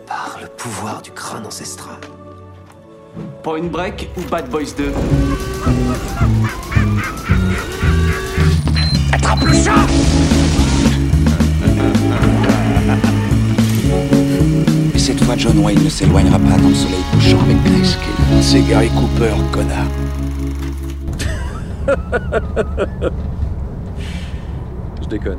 par le pouvoir du crâne ancestral. Point Break ou Bad Boys 2? Attrape le chat! Et cette fois, John Wayne ne s'éloignera pas dans le soleil couchant avec Grayskull. C'est Gary Cooper, connard. Je déconne.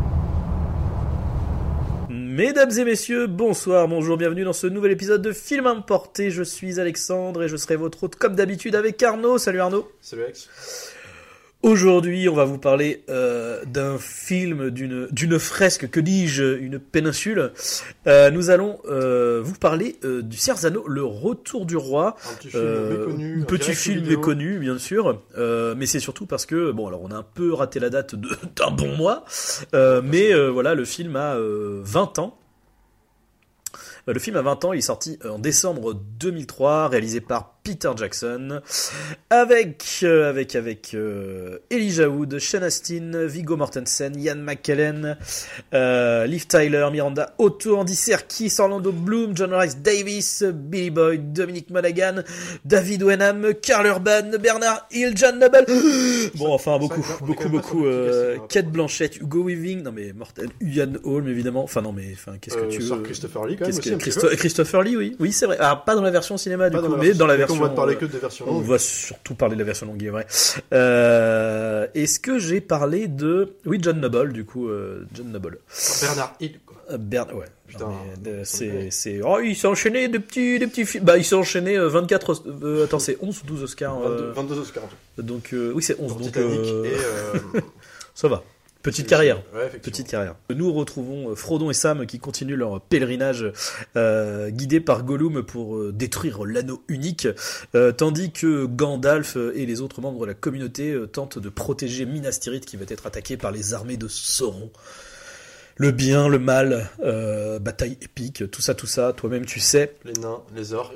Mesdames et messieurs, bonsoir, bonjour, bienvenue dans ce nouvel épisode de Film Importé. Je suis Alexandre et je serai votre hôte comme d'habitude avec Arnaud. Salut Arnaud. Salut Alex. Aujourd'hui, on va vous parler d'un film, d'une fresque, que dis-je, une péninsule. Nous allons vous parler du Seigneur des Anneaux, Le Retour du Roi. Un petit film méconnu. Un petit film méconnu, bien sûr. Mais c'est surtout parce que, bon, alors on a un peu raté la date d'un bon mois. Mais voilà, le film a 20 ans. Le film a 20 ans, il est sorti en décembre 2003, réalisé par Peter Jackson, avec Elijah Wood, Sean Astin, Viggo Mortensen, Ian McKellen, Liv Tyler, Miranda Otto, Andy Serkis, Orlando Bloom, John Rhys Davis, Billy Boyd, Dominic Monaghan, David Wenham, Karl Urban, Bernard Hill, John Noble. Bon, enfin beaucoup. Kate Blanchett, Hugo Weaving, non mais mortel, Ian Holm évidemment. Enfin non mais qu'est-ce que tu veux? Christopher Lee quand même. Christopher Lee, oui c'est vrai. Alors pas dans la version cinéma du coup, mais dans la version. On va te parler que des versions longues. On va surtout parler de la version longue, il est vrai. Est-ce que j'ai parlé de... Oui, John Noble, du coup. John Noble. Bernard Hill, quoi. Ouais. Putain, c'est... Oh, il s'est enchaîné des petits films. Bah, il s'est enchaîné 24... Attends, c'est 11 ou 12 Oscars 22 Oscars. Donc, oui, c'est 11. Donc, ça va. Petite carrière. Ouais, Petite carrière. Nous retrouvons Frodon et Sam qui continuent leur pèlerinage guidés par Gollum pour détruire l'anneau unique, tandis que Gandalf et les autres membres de la communauté tentent de protéger Minas Tirith qui va être attaqué par les armées de Sauron. Le bien, le mal, bataille épique, tout ça, toi-même tu sais. Les nains, les orques.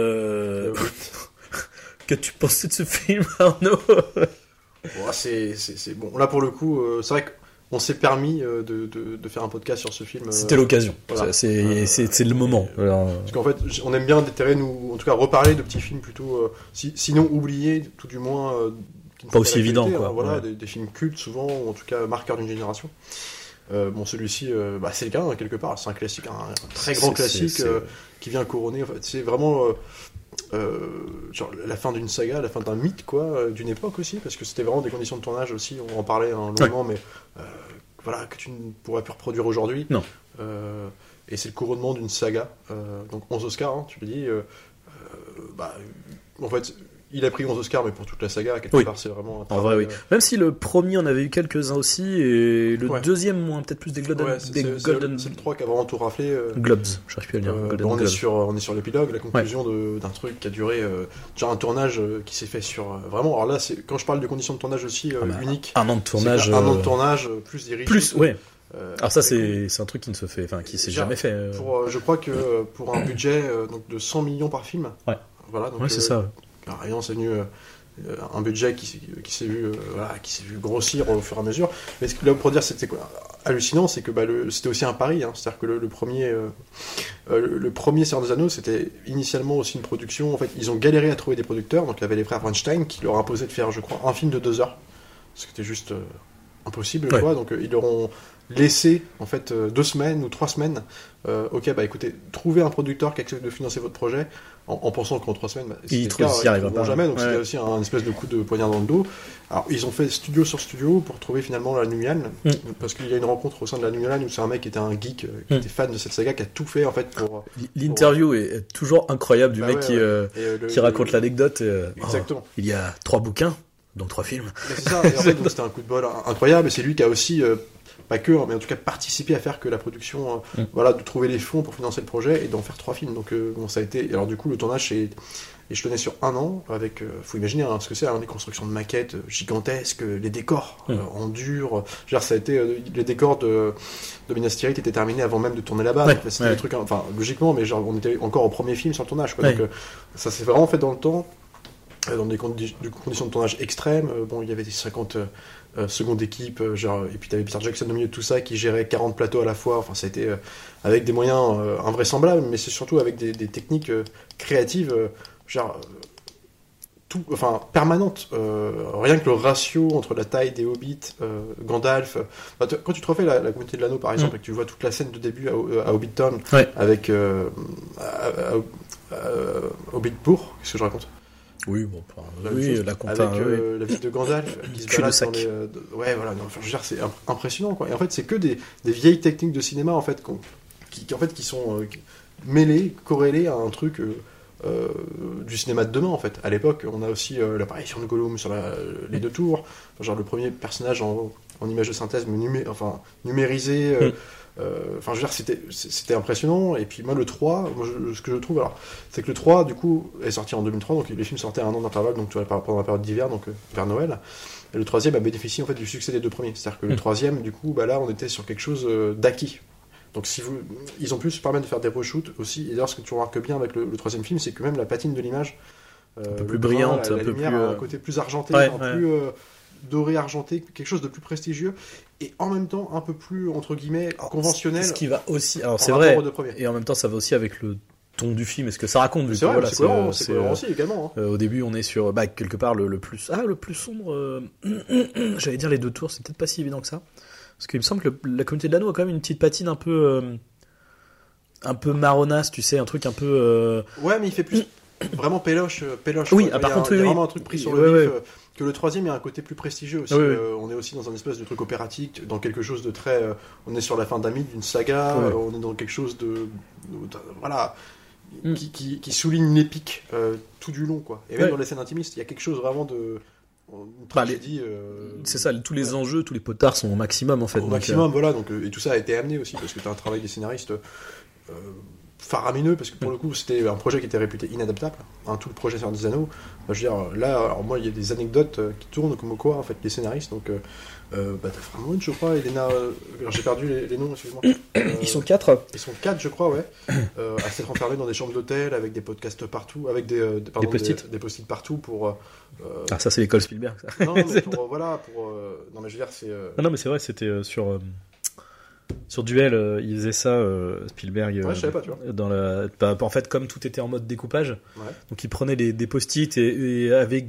Que tu pensais de ce film, Arnaud? C'est bon. Là pour le coup, c'est vrai qu'on s'est permis de faire un podcast sur ce film. C'était l'occasion. Voilà. C'est le moment. Alors... Parce qu'en fait, on aime bien déterrer, nous, en tout cas, reparler de petits films plutôt, sinon oubliés, tout du moins. Pas aussi évident, quoi. Voilà, ouais. des films cultes souvent, ou en tout cas marqueurs d'une génération. Bon, celui-ci, c'est le cas, hein, quelque part. C'est un classique, un très grand classique qui vient couronner. En fait, c'est vraiment genre la fin d'une saga, la fin d'un mythe, quoi, d'une époque aussi, parce que c'était vraiment des conditions de tournage aussi. On en parlait longuement, mais voilà, que tu ne pourrais plus reproduire aujourd'hui. Non. Et c'est le couronnement d'une saga. Donc 11 Oscars, hein, tu le dis. En fait. Il a pris 11 Oscars, mais pour toute la saga, quelque part, c'est vraiment un travail. En vrai, oui. Même si le premier en avait eu quelques-uns aussi, et le deuxième moins, peut-être plus des Golden... C'est le 3 qui a vraiment tout raflé. Globes, j'arrive plus à le dire. On est sur l'épilogue, la conclusion d'un truc qui a duré... déjà un tournage qui s'est fait sur... vraiment, alors là, quand je parle de conditions de tournage aussi uniques... Un an de tournage... Un an de tournage, plus des Plus, ouais. Alors ça, c'est un truc qui ne se fait... Enfin, qui s'est jamais fait. Je crois que pour un budget donc de 100 millions par film... Ouais. Voilà, donc, ouais, c'est ça. Rien, c'est venu un budget qui s'est vu grossir au fur et à mesure. Mais ce que là pour dire c'était quoi hallucinant, c'est que c'était aussi un pari, hein. C'est-à-dire que le premier Seigneur des Anneaux, c'était initialement aussi une production. En fait, ils ont galéré à trouver des producteurs, donc il y avait les frères Weinstein qui leur imposaient de faire, je crois, un film de 2 heures, ce qui était juste impossible, quoi. Donc ils leur ont laissé en fait 2 semaines ou 3 semaines. Ok, écoutez, trouvez un producteur qui accepte de financer votre projet, en pensant qu'en 3 semaines, ils n'y arriveront jamais. Donc c'était aussi un espèce de coup de poignard dans le dos. Alors ils ont fait studio sur studio pour trouver finalement la Numian, parce qu'il y a une rencontre au sein de la Numian où c'est un mec qui était un geek, qui était fan de cette saga, qui a tout fait en fait pour. L'interview est toujours incroyable du mec qui raconte l'anecdote. Exactement. Il y a 3 bouquins, donc 3 films. Mais c'est ça. Et en fait, donc, c'était un coup de bol incroyable. Et c'est lui qui a aussi pas que, mais en tout cas participer à faire que la production, de trouver les fonds pour financer le projet et d'en faire 3 films. Donc ça a été. Alors du coup, le tournage est échelonné sur 1 an, avec, faut imaginer ce que c'est, des constructions de maquettes gigantesques, les décors en dur. Ça a été les décors de Minas Tirith étaient terminés avant même de tourner là-bas. Donc, c'était des trucs, logiquement, mais on était encore au premier film sur le tournage, quoi. Donc ça s'est vraiment fait dans le temps. dans des conditions de tournage extrêmes. Bon, il y avait des 50 secondes d'équipe, et puis t'avais Peter Jackson au milieu de tout ça qui gérait 40 plateaux à la fois. Enfin, ça a été avec des moyens invraisemblables, mais c'est surtout avec des techniques créatives, permanentes. Rien que le ratio entre la taille des hobbits, Gandalf. Quand tu te refais la Communauté de l'Anneau, par exemple, et que tu vois toute la scène de début à Hobbiton, avec Hobbitbourg, qu'est-ce que je raconte? Oui, bon, la compta, avec la ville de Gandalf qui se balade dans les... c'est impressionnant, quoi. Et en fait, c'est que des vieilles techniques de cinéma, en fait, qui sont mêlées, corrélées à un truc du cinéma de demain, en fait. À l'époque, on a aussi l'apparition de Gollum sur les deux tours, le premier personnage en image de synthèse, numérisé... c'était impressionnant. Et puis moi, le 3, ce que je trouve, c'est que le 3, du coup, est sorti en 2003, donc les films sortaient à un an d'intervalle, donc tu vois, pendant la période d'hiver, donc vers Noël. Et le troisième a bénéficié en fait du succès des deux premiers. C'est-à-dire que le troisième, du coup, là, on était sur quelque chose d'acquis. Donc ils ont pu se permettre de faire des reshoots aussi. Et d'ailleurs, ce que tu remarques bien avec le troisième film, c'est que même la patine de l'image, un peu plus brillante, la lumière a un côté plus argenté, plus doré, argenté, quelque chose de plus prestigieux, et en même temps un peu plus entre guillemets conventionnel. Ce qui va aussi, alors c'est vrai, et en même temps ça va aussi avec le ton du film, est-ce que ça raconte, vu c'est que vrai, voilà, c'est cohérent aussi également. Au début, on est sur quelque part le plus sombre. J'allais dire les deux tours, c'est peut-être pas si évident que ça, parce qu'il me semble que la Communauté de l'Anneau a quand même une petite patine un peu marronasse, tu sais, un truc un peu. Ouais, mais il fait plus vraiment péloche. Oui, par contre, il y a vraiment un truc pris sur le vif. Que le troisième, il y a un côté plus prestigieux aussi. On est aussi dans un espèce de truc opératique, dans quelque chose de très... on est sur la fin d'un mythe, d'une saga, on est dans quelque chose qui souligne l'épique tout du long, quoi. Et même dans les scènes intimistes, il y a quelque chose vraiment de... Une tragédie... c'est ça, tous les enjeux, tous les potards sont au maximum, en fait. Au maximum, voilà. Donc, et tout ça a été amené aussi, parce que tu as un travail des scénaristes... faramineux, parce que pour le coup c'était un projet qui était réputé inadaptable, tout le projet Seigneur des Anneaux. Moi il y a des anecdotes qui tournent comme quoi en fait les scénaristes, donc t'as Framouine, je crois, Elena, alors j'ai perdu les noms, excuse-moi. Ils sont 4, je crois, ouais. À s'être enfermés dans des chambres d'hôtel avec des podcasts partout, avec des post-it partout pour ça c'est l'école Spielberg, ça. Non mais non mais je veux dire c'est non mais c'est vrai, c'était sur Duel, il faisait ça, Spielberg. Ouais, je savais pas, tu vois. En fait, comme tout était en mode découpage, donc il prenait des post-it et avec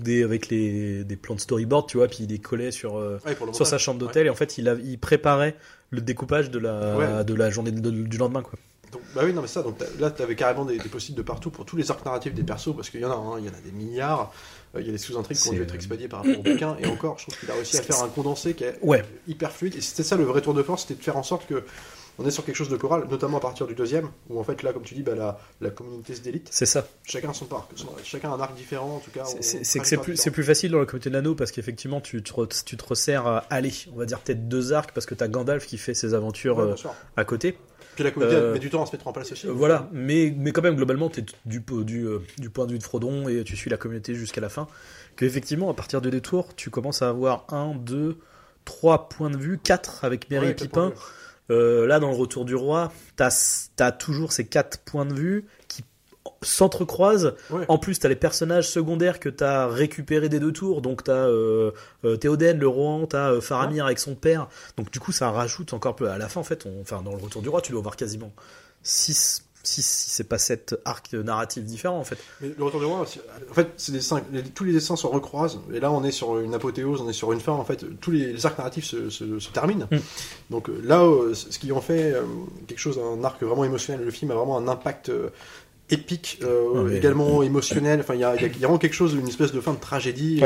des plans de storyboard, tu vois, puis il les collait sur sa chambre d'hôtel, et en fait, il préparait le découpage de la journée du lendemain, quoi. Donc, non mais ça, donc là t'avais carrément des post-it de partout pour tous les arcs narratifs des persos, parce qu'il y en a des milliards. Il y a des sous-intrigues qui ont dû être expédiées par rapport au bouquin, et encore, je trouve qu'il a réussi à faire un condensé qui est hyper fluide, et c'était ça le vrai tour de force, c'était de faire en sorte que on est sur quelque chose de choral, notamment à partir du deuxième, où en fait là, comme tu dis, la communauté se délite. C'est ça. Chacun son arc, chacun un arc différent, en tout cas. C'est plus facile dans la Communauté de l'Anneau, parce qu'effectivement tu te resserres, on va dire peut-être 2 arcs, parce que t'as Gandalf qui fait ses aventures à côté. Puis la comédie met du temps à se mettre en place aussi. Voilà, mais quand même, globalement, tu es du point de vue de Frodon et tu suis la communauté jusqu'à la fin. Qu'effectivement, à partir de détours, tu commences à avoir 1, 2, 3 points de vue, 4 avec Merry et Pippin. Là, dans le Retour du Roi, t'as toujours ces 4 points de vue qui s'entrecroisent. En plus, t'as les personnages secondaires que t'as récupérés des deux tours. Donc t'as Théoden, le Rohan, t'as Faramir avec son père. Donc du coup, ça rajoute encore peu. À la fin, en fait, dans le Retour du Roi, tu dois avoir quasiment 6, si c'est pas 7 arcs narratifs différents, en fait. Mais le Retour du Roi, en fait, c'est tous les dessins se recroisent. Et là, on est sur une apothéose, on est sur une fin. En fait, tous les arcs narratifs se terminent. Donc là, ce qui en fait quelque chose, un arc vraiment émotionnel. Le film a vraiment un impact épique, également émotionnel. Enfin, il y a vraiment quelque chose, une espèce de fin de tragédie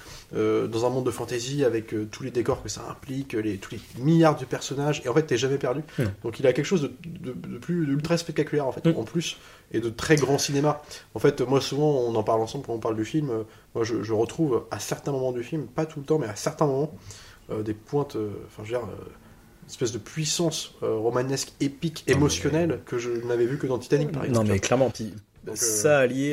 dans un monde de fantasy avec tous les décors que ça implique, tous les milliards de personnages. Et en fait, t'es jamais perdu. Donc, il a quelque chose de plus ultra spectaculaire en fait, en plus, et de très grand cinéma. En fait, moi, souvent, on en parle ensemble quand on parle du film. Moi, je retrouve à certains moments du film, pas tout le temps, mais à certains moments, des pointes. Enfin, je veux dire. Espèce de puissance romanesque, épique, émotionnelle que je n'avais vu que dans Titanic, par exemple. Non, mais clairement, puis ça allié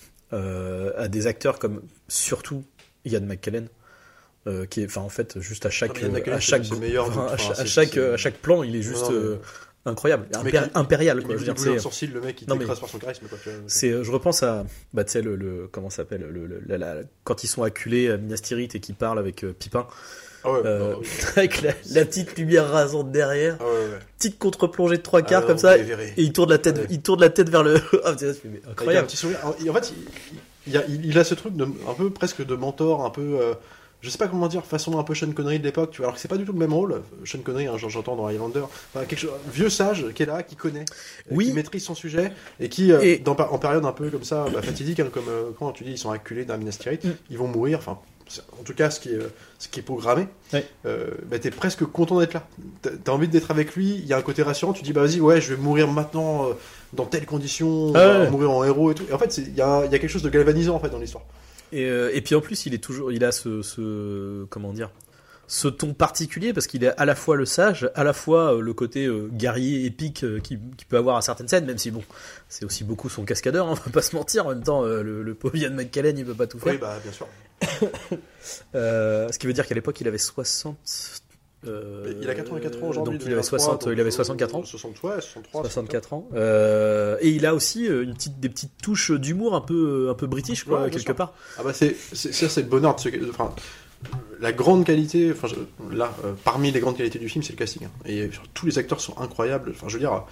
à des acteurs comme surtout Ian McKellen, qui est, enfin, en fait, juste à chaque plan, il est juste incroyable, Le mec, impérial, il quoi. Je veux dire, bouge un sourcil, le mec, il Non, mais- t'écrase par son charisme, quoi. Tu vois. c'est, je repense à, tu sais, comment ça s'appelle, quand ils sont acculés à Minas Tirith et qu'ils parlent avec Pipin, Ah ouais, oui. avec la petite lumière rasante derrière, Ah ouais. petite contre-plongée de 3 quarts Ah comme non, ça, il est viré. et il tourne la tête, Ouais. il tourne la tête vers le, ah, putain, c'est Avec un incroyable. petit sourire. En fait, il a ce truc un peu presque de mentor, un peu. Je sais pas comment dire, façon un peu Sean Connery de l'époque, tu vois. Alors que c'est pas du tout le même rôle. Sean Connery, hein, j'entends dans Highlander. Enfin, vieux sage qui est là, qui connaît, Oui. qui maîtrise son sujet et qui, Et- en période un peu comme ça, fatidique, hein, comme quand tu dis ils sont acculés d'un Minas Tirith, ils vont mourir. Enfin, en tout cas, ce qui est programmé. Ouais. T'es presque content d'être là. T'as envie d'être avec lui. Il y a un côté rassurant. Tu dis bah vas-y, ouais, je vais mourir maintenant dans telles conditions, Ah ouais. mourir en héros et tout. Et en fait, il y a quelque chose de galvanisant en fait dans l'histoire. Et puis en plus, il a ce comment dire, ce ton particulier parce qu'il est à la fois le sage, à la fois le côté guerrier épique qu'il peut avoir à certaines scènes, même si bon, c'est aussi beaucoup son cascadeur, hein, on va pas se mentir. En même temps, le pauvre Ian McKellen, il peut pas tout faire. Oui, bah bien sûr. Ce qui veut dire qu'à l'époque, il avait 60. Il a 84 ans aujourd'hui. Donc il avait 64 ans. 63, 63. 64 ans. Et il a aussi des petites touches d'humour un peu british, quoi, Ouais, bien quelque sûr. part. Ah bah c'est le bonheur de enfin, la grande qualité, enfin parmi les grandes qualités du film, c'est le casting. Hein. Et tous les acteurs sont incroyables. Enfin, je veux dire,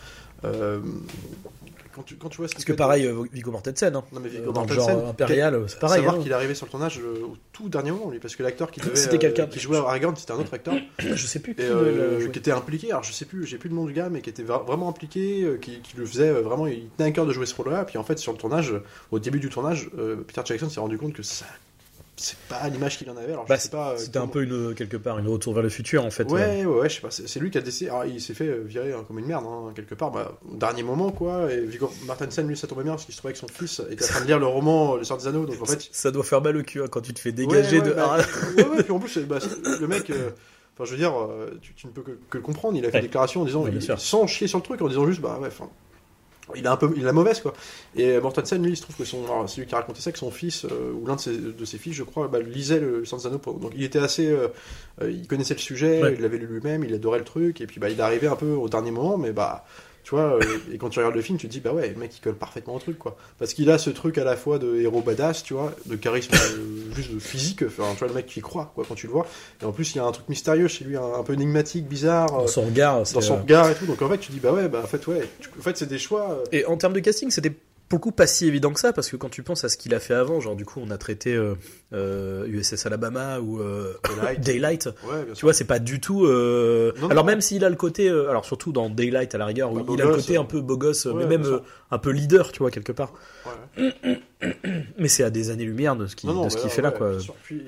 quand tu vois ce Parce qu'il que fait- pareil, Viggo Mortensen, hein. Non, mais Viggo Dans le Mortensen, genre impérial, c'est pareil. savoir hein. qu'il est arrivé sur le tournage au tout dernier moment, lui, parce que l'acteur qui devait, C'était quelqu'un. qui jouait à Aragorn, c'était un autre acteur, Je sais plus qui et, le jouait. qui était impliqué. Alors je sais plus, j'ai plus le nom du gars, mais qui était vraiment impliqué, qui le faisait vraiment. Il tenait à cœur de jouer ce rôle-là. Puis en fait, sur le tournage, au début du tournage, Peter Jackson s'est rendu compte que c'est pas l'image qu'il en avait. Alors Bah, je sais pas. C'était un peu quelque part une retour vers le futur en fait. Ouais, je sais pas. C'est lui qui a décidé. Alors, il s'est fait virer comme une merde, hein, quelque part, au dernier moment, quoi. Et Viggo Mortensen, lui, ça tombait bien parce qu'il se trouvait que son fils était en train de lire le roman Le Seigneur des Anneaux. Donc en fait, Ça doit faire mal au cul hein, quand tu te fais dégager de. ouais, puis en plus, le mec. Enfin, je veux dire, tu ne peux que le comprendre. Il a fait Ouais. une déclaration en disant, Ouais, bien sûr. sans chier sur le truc, en disant juste, bah ouais, enfin. Il a la mauvaise, quoi. Et Mortensen, lui, il se trouve que c'est lui qui a raconté ça, que son fils, ou l'un de ses fils, je crois, lisait le Seigneur des Anneaux. Donc il était assez. Il connaissait le sujet, Ouais. il l'avait lu lui-même, il adorait le truc, et puis il est arrivé un peu au dernier moment, mais tu vois, et quand tu regardes le film, tu te dis, bah ouais, le mec il colle parfaitement au truc, quoi. Parce qu'il a ce truc à la fois de héros badass, tu vois, de charisme juste de physique, enfin, tu vois, le mec qui y croit, quoi, quand tu le vois. Et en plus, il y a un truc mystérieux chez lui, un peu énigmatique, bizarre, Dans son regard. dans son regard et tout. Donc en fait, tu dis, bah ouais, en fait, ouais. En fait, c'est des choix. Et en termes de casting, c'était pour le coup pas si évident que ça parce que quand tu penses à ce qu'il a fait avant, genre du coup on a traité USS Alabama ou Daylight. Ouais, bien Tu sûr. vois, c'est pas du tout. Non, alors non. même s'il a le côté, alors surtout dans Daylight à la rigueur, où Beau il a le gosse, côté un peu beau gosse, ouais, mais même bien sûr. un peu leader, tu vois quelque part. Ouais. Mais c'est à des années-lumière de ce qu'il Non, qu'il fait là, ouais, quoi. bien sûr. Puis,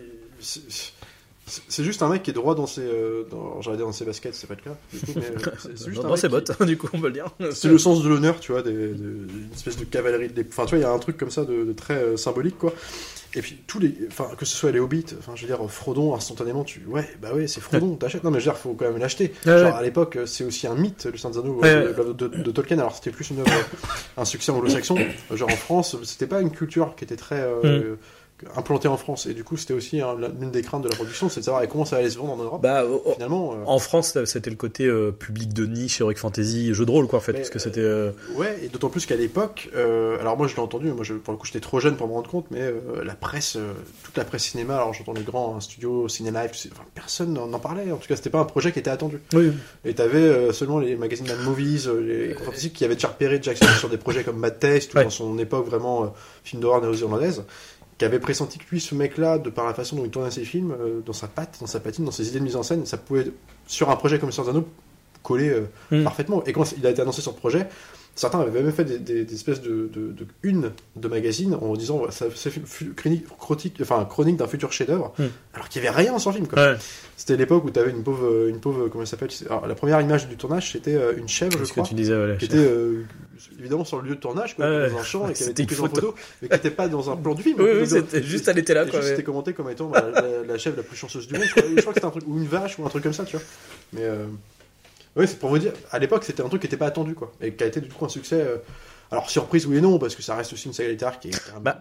c'est juste un mec qui est droit dans ses. J'allais dire dans ses baskets, c'est pas le cas. Du coup, mais, c'est juste un Dans mec ses qui- bottes, du coup on peut le dire. C'est le sens de l'honneur, tu vois, une espèce de cavalerie. Enfin, tu vois, il y a un truc comme ça de très symbolique, quoi. Et puis, que ce soit les Hobbits, enfin, je veux dire, Frodon, instantanément, c'est Frodon, t'achètes. Non, mais je veux dire, faut quand même l'acheter. Ouais, Genre, ouais. à l'époque, c'est aussi un mythe, le Seigneur des Anneaux Ouais, de Tolkien. Alors, c'était plus une œuvre, un succès anglo-saxon. Genre, en France, c'était pas une culture qui était très. Implanté en France, et du coup c'était aussi l'une des craintes de la production, c'est de savoir comment ça allait se vendre en Europe. Bah, Finalement, en France, c'était le côté public de niche, heroic fantasy, jeu de rôle, quoi, en fait, mais, parce que c'était. ouais, et d'autant plus qu'à l'époque, alors moi je l'ai entendu, pour le coup j'étais trop jeune pour me rendre compte, mais la presse, toute la presse cinéma, alors j'entends les grands studios, Ciné-Life, personne n'en parlait, en tout cas c'était pas un projet qui était attendu. Oui. Et t'avais seulement les magazines Mad Movies, les fantasy qui avaient déjà repéré Jackson sur des projets comme Mad Taste, ou Ouais. dans son époque vraiment film d'horreur néo-zélandaise, qui avait pressenti que lui, ce mec-là, de par la façon dont il tournait ses films, dans sa patte, dans sa patine, dans ses idées de mise en scène, ça pouvait, sur un projet comme Seigneur des Anneaux, coller parfaitement. Et quand il a été annoncé sur le projet, certains avaient même fait des espèces de une de magazines en disant ça c'est chronique d'un futur chef-d'œuvre, alors qu'il n'y avait rien sur le film, quoi. Ouais. C'était l'époque où tu avais une pauvre comment elle s'appelle, alors, la première image du tournage, c'était une chèvre, je C'est ce que crois, tu disais, voilà. qui était évidemment sur le lieu de tournage, quoi, Ouais, dans un champ, et qui avait c'était été une prise en photo, mais qui n'était pas dans un plan du film. Oui, Donc, c'était juste, elle était là, et quoi. juste, Ouais. c'était commenté comme étant la chèvre la plus chanceuse du monde. Je crois que c'était un truc, ou une vache, ou un truc comme ça, tu vois. Mais ouais, c'est pour vous dire, à l'époque, c'était un truc qui n'était pas attendu, quoi, et qui a été du coup un succès. Alors surprise oui et non, parce que ça reste aussi une saga littéraire qui est Bah,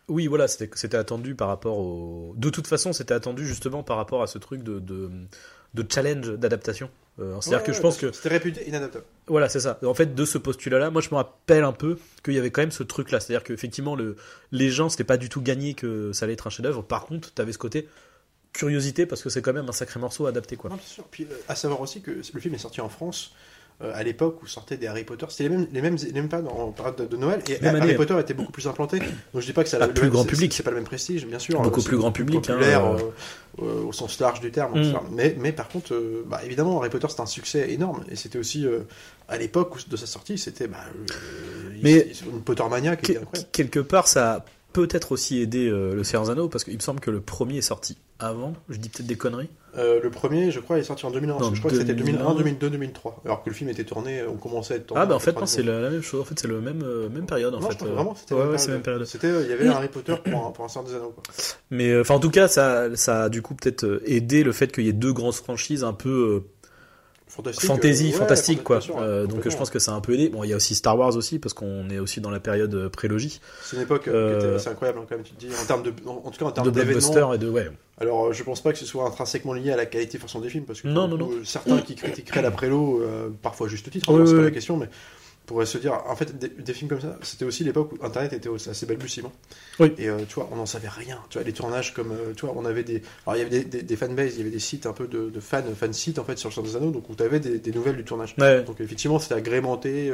Oui, voilà, c'était attendu par rapport au. De toute façon, c'était attendu justement par rapport à ce truc de challenge d'adaptation. C'est-à-dire que je pense que. C'était réputé inadaptable. Voilà, c'est ça. En fait, de ce postulat-là, moi je me rappelle un peu qu'il y avait quand même ce truc-là. C'est-à-dire qu'effectivement, les gens, c'était pas du tout gagné que ça allait être un chef-d'œuvre. Par contre, t'avais ce côté curiosité parce que c'est quand même un sacré morceau adapté, quoi. Non, bien sûr. Puis à savoir aussi que le film est sorti en France. À l'époque où sortaient des Harry Potter, c'était les mêmes pas en période de Noël, et Même Harry année. Potter était beaucoup plus implanté. Donc je dis pas que ça Plus grand public. c'est pas le même prestige, bien sûr. Beaucoup c'est plus grand public, populaire hein, au sens large du terme. Mais par contre, évidemment, Harry Potter c'était un succès énorme, et c'était aussi à l'époque de sa sortie, c'était une Pottermania qui était incroyable. Quelque part, ça a peut-être aussi aidé le Seigneur des Anneaux parce qu'il me semble que le premier est sorti avant. Je dis peut-être des conneries. Le premier, je crois, est sorti en 2001. Non, Je crois que c'était 2001. 2001, 2002, 2003. Alors que le film était tourné, on commençait à être tourné. Ah bah en fait non, c'est la même chose. En fait, c'est le même période en Non, fait. je pense vraiment c'était c'est la même période. C'était, il y avait un Harry Potter pour un Seigneur des Anneaux, quoi. Mais enfin en tout cas, ça a du coup peut-être aidé le fait qu'il y ait deux grosses franchises un peu fantastique quoi. Donc je pense que ça a un peu aidé. Bon, il y a aussi Star Wars aussi parce qu'on est aussi dans la période prélogie. C'est une époque qui était assez incroyable, hein, quand même, tu te dis, en termes en tout cas en termes de d'événements. blockbuster et de ouais. Alors je pense pas que ce soit intrinsèquement lié à la qualité forcément des films, parce que Non. certains qui critiqueraient la prélo, parfois à juste titre, Oui, c'est oui. pas la question, mais pourrait se dire, en fait, des films comme ça, c'était aussi l'époque où Internet était assez balbutiement. Oui. Et tu vois, on n'en savait rien. Tu vois, les tournages comme, tu vois, on avait alors il y avait des fanbases, il y avait des sites un peu de fan sites en fait sur le Seigneur des Anneaux, donc où tu avais des nouvelles du tournage. Ouais. Donc effectivement, c'était agrémenté.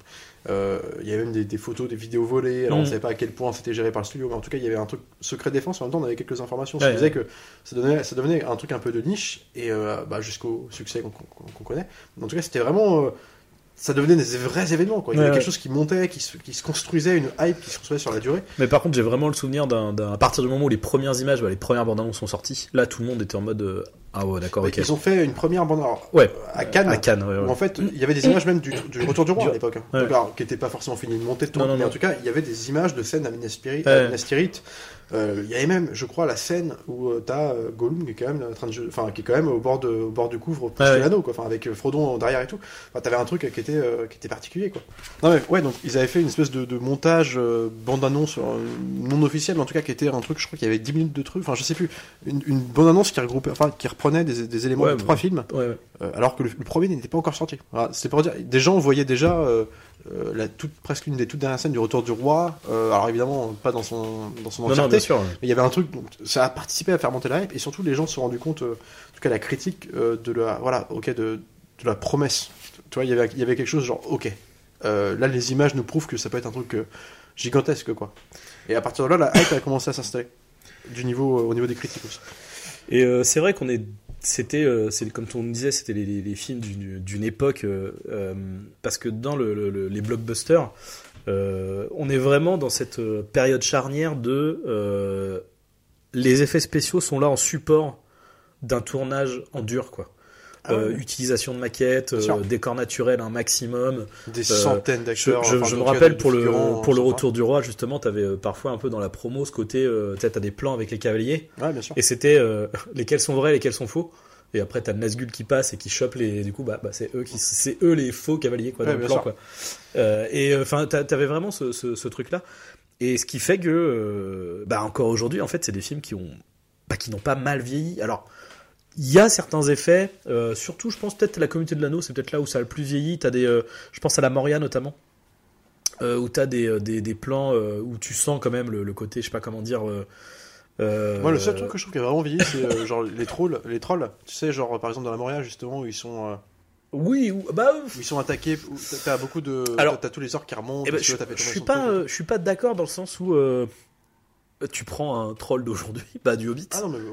Il y avait même des photos, des vidéos volées. Alors on ne savait pas à quel point c'était géré par le studio, mais en tout cas, il y avait un truc secret défense. En même temps, on avait quelques informations. Ça faisait que ça devenait un truc un peu de niche et jusqu'au succès qu'on connaît. En tout cas, c'était vraiment. Ça devenait des vrais événements, quoi. Il y avait quelque chose qui montait, qui se construisait, une hype qui se construisait sur la durée. Mais par contre, j'ai vraiment le souvenir à partir du moment où les premières images, les premières bandes annonces sont sorties, là tout le monde était en mode ah ouais, d'accord, ok. Ils ont fait une première bande annonce à Cannes, ouais. où en fait il y avait des images même du Retour du Roi à l'époque, hein. Ouais. Donc, alors, qui n'était pas forcément fini de monter, Non. mais en tout cas il y avait des images de scènes à Minas Tirith. Il y avait même, je crois, la scène où t'as Gollum qui est quand même qui est quand même au bord du couvre pour l'anneau, quoi. Enfin, avec Frodon derrière et tout. Enfin, t'avais un truc qui était particulier, quoi. Non mais ouais, donc ils avaient fait une espèce de montage bande annonce non officielle, mais en tout cas qui était un truc, je crois qu'il y avait 10 minutes de trucs. Enfin, je sais plus, une bande annonce qui regroupait, qui reprenait des éléments de 3 films, alors que le premier n'était pas encore sorti. Voilà, c'était pour dire, des gens voyaient déjà presque une des toutes dernières scènes du Retour du Roi. Alors évidemment pas dans son entièreté, sûr, ouais. mais il y avait un truc, donc ça a participé à faire monter la hype, et surtout les gens se sont rendus compte, en tout cas la critique de la promesse. Tu vois, il y avait quelque chose genre ok, là les images nous prouvent que ça peut être un truc gigantesque, quoi. Et à partir de là, la hype a commencé à s'installer au niveau des critiques aussi. Et c'est vrai c'est comme on disait, c'était les films d'une époque, parce que dans les blockbusters, on est vraiment dans cette période charnière de les effets spéciaux sont là en support d'un tournage en dur, quoi. Utilisation de maquettes, décors naturels un maximum, des centaines d'acteurs. Je me rappelle pour le Retour du Roi, justement, t'avais parfois un peu dans la promo ce côté, t'as des plans avec les cavaliers, bien sûr. et c'était lesquels sont vrais, lesquels sont faux. Et après t'as le Nazgûl qui passe et qui chope du coup c'est eux les faux cavaliers, quoi, dans le plan, quoi. Et enfin t'avais vraiment ce truc là, et ce qui fait que encore aujourd'hui en fait c'est des films qui n'ont pas mal vieilli. Alors il y a certains effets, surtout je pense peut-être la Communauté de l'Anneau, c'est peut-être là où ça a le plus vieilli. T'as je pense à la Moria notamment, où t'as des plans où tu sens quand même le côté, je sais pas comment dire. Moi, le seul truc que je trouve qui a vraiment vieilli, c'est genre les trolls. Tu sais, genre par exemple dans la Moria justement où ils sont. Où ils sont attaqués, où t'as beaucoup de. Alors, t'as tous les orques qui remontent. Je suis pas d'accord dans le sens où. Tu prends un troll d'aujourd'hui, du Hobbit. Ah non, mais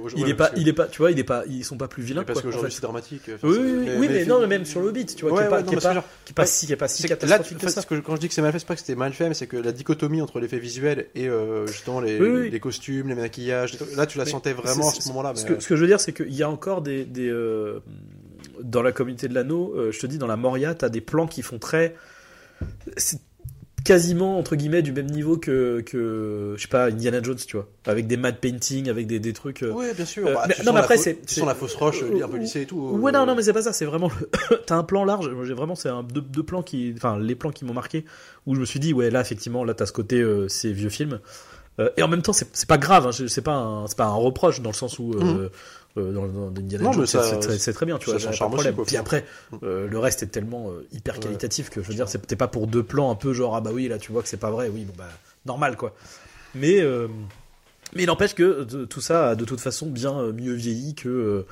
ils sont pas plus vilains. Parce qu'aujourd'hui c'est dramatique. Mais même sur le Hobbit, tu vois, qui est pas si catastrophique que ça. Quand je dis que c'est mal fait, c'est pas que c'était mal fait, mais c'est que la dichotomie entre l'effet visuel et justement les costumes, les maquillages, là tu la sentais vraiment à ce moment-là. Ce que je veux dire, c'est qu'il y a encore dans la Communauté de l'Anneau, je te dis, dans la Moria, t'as des plans qui font c'est quasiment entre guillemets du même niveau que je sais pas, Indiana Jones, tu vois, avec des matte painting, avec des trucs. Oui, bien sûr. Non, mais après tu sens la fausse roche un peu lissée et tout. Ouais, non, mais c'est pas ça. C'est vraiment t'as un plan large. C'est deux plans les plans qui m'ont marqué, où je me suis dit ouais, là effectivement, là t'as ce côté ces vieux films. Et en même temps, c'est pas grave, hein, c'est pas un reproche dans le sens où dans Indiana Jones, c'est très bien, tu vois, ça pas de charme problème. aussi, quoi. Puis après, le reste est tellement hyper qualitatif que je veux dire, c'était pas pour 2 plans un peu genre ah bah oui là tu vois que c'est pas vrai, oui bon bah normal quoi. Mais il n'empêche que tout ça a de toute façon bien mieux vieilli que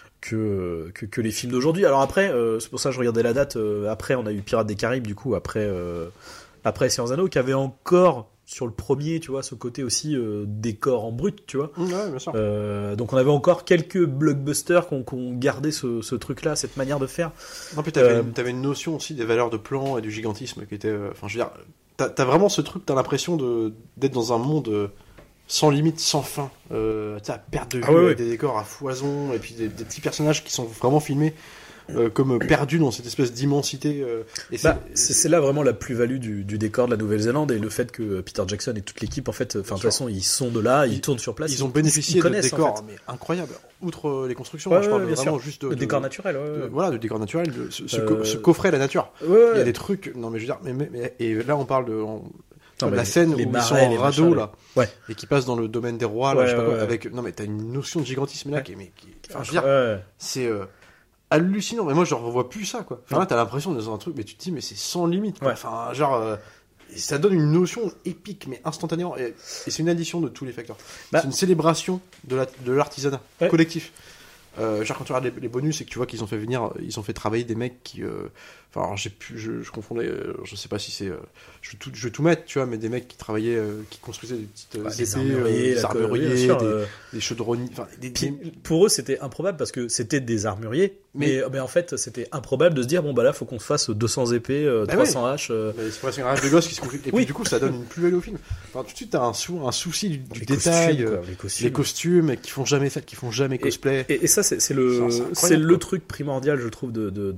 les films d'aujourd'hui. Alors après, c'est pour ça que je regardais la date. Après, on a eu Pirates des Caraïbes, du coup, après Seigneur des Anneaux, qui avait encore sur le premier, tu vois, ce côté aussi décor en brut, tu vois. Ouais, bien sûr. Donc on avait encore quelques blockbusters qu'on gardé ce truc-là, cette manière de faire. Non, puis t'avais une notion aussi des valeurs de plan et du gigantisme qui était. Enfin, je veux dire, t'as vraiment ce truc, t'as l'impression d'être dans un monde. Sans limite, sans fin, à perte de vue, avec des décors à foison, et puis des petits personnages qui sont vraiment filmés comme perdus dans cette espèce d'immensité. C'est là vraiment la plus-value du décor de la Nouvelle-Zélande et le fait que Peter Jackson et toute l'équipe, en fait, de toute façon, ils sont de là, ils tournent sur place. Ils ont bénéficié de décors en fait. mais incroyables. Outre les constructions, je parle vraiment juste de décor naturel. Voilà, de décor naturel, ce coffret à la nature. Il y a des trucs. Non, mais je veux dire, et là, on parle de. La scène où ils sont en radeau là, et qui passent dans le domaine des rois là, je sais pas quoi, avec non mais t'as une notion de gigantisme là enfin, je veux dire, c'est hallucinant. Mais moi je revois plus ça quoi. Enfin là t'as l'impression d'être dans un truc, mais tu te dis mais c'est sans limite quoi. Enfin genre ça donne une notion épique mais instantanément et c'est une addition de tous les facteurs. C'est une célébration de l'artisanat collectif. Genre quand tu regardes les bonus et que tu vois qu'ils ont fait travailler des mecs qui enfin alors je confondais je sais pas si c'est je vais tout mettre tu vois, mais des mecs qui travaillaient qui construisaient des petites des armuriers, des chaudronniers, enfin pour eux c'était improbable parce que c'était des armuriers mais en fait c'était improbable de se dire bon bah là faut qu'on se fasse 200 épées 300 haches c'est presque un rêve de gosse qui se conflit et puis du coup ça donne une plus-value au film. Enfin tout de suite t'as un souci du détail, les costumes qui font jamais cosplay et ça c'est le truc primordial je trouve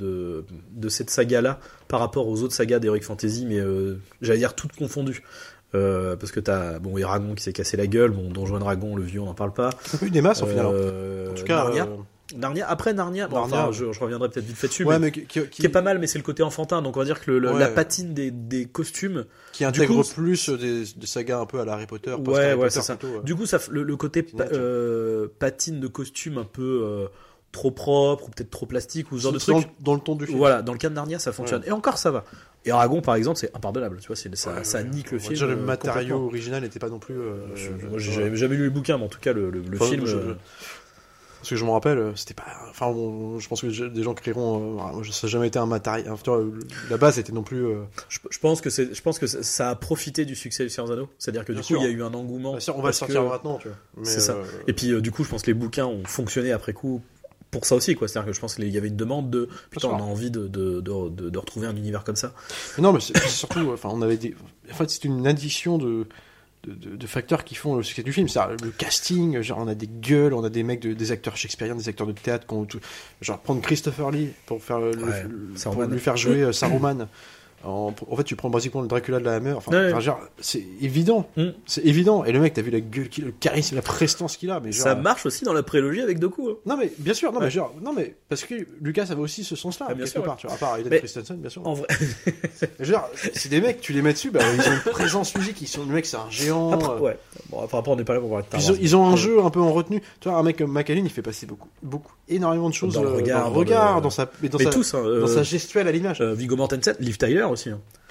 de cette saga là par rapport aux autres sagas d'Heroic Fantasy, mais j'allais dire toutes confondues. Parce que t'as Eragon qui s'est cassé la gueule, Donjon Dragon, le vieux on n'en parle pas. C'est pas eu des masses au final. En tout cas, Narnia, après Narnia, enfin, je reviendrai peut-être vite fait dessus, mais qui est pas mal, mais c'est le côté enfantin, donc on va dire que la patine des costumes qui intègre plus des sagas un peu à la Harry Potter. C'est ça. Plutôt, du coup, ça, le côté patine de costume un peu trop propre ou peut-être trop plastique ou ce genre de truc dans le ton du film. Voilà, dans le cas de Narnia ça fonctionne et encore ça va. Et Eragon par exemple c'est impardonnable, tu vois, ça nique le film. Déjà le matériau original n'était pas non plus moi j'ai jamais lu le bouquin, mais en tout cas le film parce que je me rappelle, c'était pas. Enfin, je pense que des gens crieront. Ça n'a jamais été un matériel. Enfin, la base était non plus. Je pense que ça a profité du succès du Seigneur des Anneaux. C'est-à-dire que du coup, il y a eu un engouement. On va le sortir maintenant, tu vois. C'est ça. Et puis, du coup, je pense que les bouquins ont fonctionné après coup pour ça aussi, quoi. C'est-à-dire que je pense qu'il y avait une demande de. Putain, on a envie de retrouver un univers comme ça. Mais non, mais c'est surtout. Enfin, on avait des. En fait, c'est une addition de facteurs qui font le succès du film. C'est-à-dire le casting, genre on a des gueules, on a des mecs des acteurs shakespeariens, des acteurs de théâtre genre prendre Christopher Lee pour faire pour lui faire jouer Saruman. En fait, tu prends basiquement le Dracula de la Hammer. Enfin, genre, c'est évident. C'est évident. Et le mec, t'as vu la gueule, le charisme, la prestance qu'il a. Mais genre, ça marche aussi dans la prélogie avec Doku. Hein. Non, mais bien sûr. Non, mais parce que Lucas avait aussi ce sens-là. Bien sûr, part, tu vois, à part Hayden Christensen, bien sûr. En vrai. Genre, c'est des mecs, tu les mets dessus, ils ont une présence physique. Le mec, c'est un géant. Après, après, on n'est pas là pour parler de Star Wars. Ils ont un jeu un peu en retenue. Tu vois, un mec comme McAllen, il fait passer énormément de choses dans le regard, dans sa gestuelle à l'image. Viggo Mortensen, Liv Tyler aussi.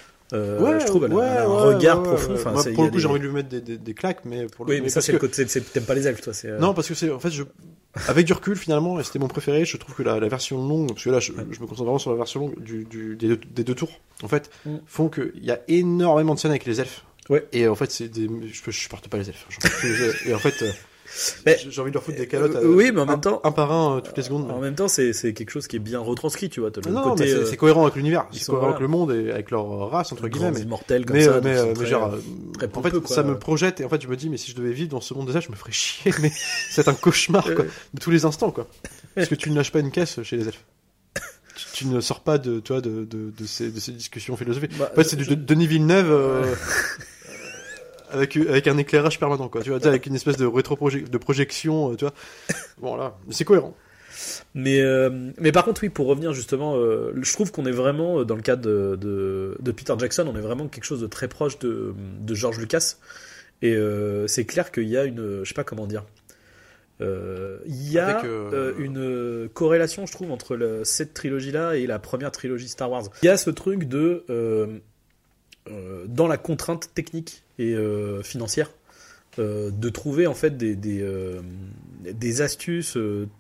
Je trouve elle a un regard profond. Enfin, moi, pour le coup, j'ai envie de lui mettre des claques, mais pour mais ça c'est le côté. T'aimes pas les elfes, toi. Non, parce que c'est en fait, avec du recul finalement, et c'était mon préféré. Je trouve que la version longue, parce que là, je me concentre vraiment sur la version longue des deux tours. En fait, font qu'il y a énormément de scènes avec les elfes. Ouais. Et en fait, je supporte pas les elfes. Et en fait. J'ai envie de leur foutre des calottes. Oui, mais en même temps, un par un toutes les secondes. En même temps, c'est quelque chose qui est bien retranscrit, tu vois. Mais c'est cohérent avec l'univers, c'est cohérent avec le monde et avec leur race entre guillemets. Mais immortels comme ça. Mais genre, en fait, ça me projette et en fait, je me dis, mais si je devais vivre dans ce monde des elfes, je me ferais chier. Mais c'est un cauchemar, quoi, de tous les instants, quoi. Parce que tu ne lâches pas une caisse chez les elfes. Tu ne sors pas de ces discussions philosophiques. En fait, c'est du Denis Villeneuve. Avec un éclairage permanent, quoi, tu vois, avec une espèce de projection, tu vois. Bon, là, c'est cohérent. Mais par contre, oui, pour revenir justement, je trouve qu'on est vraiment, dans le cadre de Peter Jackson, on est vraiment quelque chose de très proche de George Lucas. Et c'est clair qu'il y a une, je sais pas comment dire, il y a une corrélation, je trouve, entre cette trilogie-là et la première trilogie Star Wars. Il y a ce truc de dans la contrainte technique et financière, de trouver en fait des astuces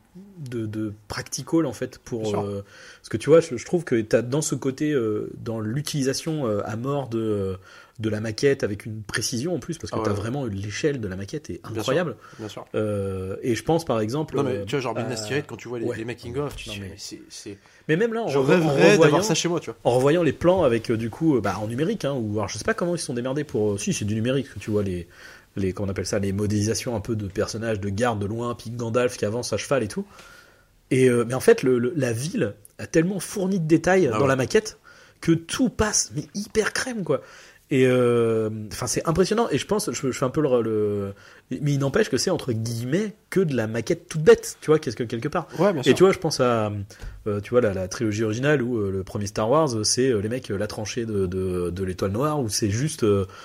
de practical en fait pour parce que tu vois, je trouve que t'as dans ce côté dans l'utilisation à mort de la maquette avec une précision en plus, parce que t'as vraiment l'échelle de la maquette est incroyable. Bien sûr. Et je pense par exemple, non mais tu vois, genre Minas Tirith, quand tu vois les making of, tu dis c'est mais même là, je rêverais d'avoir ça chez moi, tu vois. En revoyant les plans avec du coup en numérique, hein, ou alors je sais pas comment ils se sont démerdés pour. Si c'est du numérique, tu vois les comment on appelle ça, les modélisations un peu de personnages de garde de loin, puis Gandalf qui avance à cheval et tout. Et mais en fait, la ville a tellement fourni de détails dans la maquette que tout passe mais hyper crème quoi. Et enfin c'est impressionnant, et je pense je fais un peu mais il n'empêche que c'est entre guillemets que de la maquette toute bête, tu vois, quelque part. Ouais, bien sûr. Et tu vois, je pense à tu vois la trilogie originale où le premier Star Wars c'est les mecs la tranchée de l'étoile noire, où c'est juste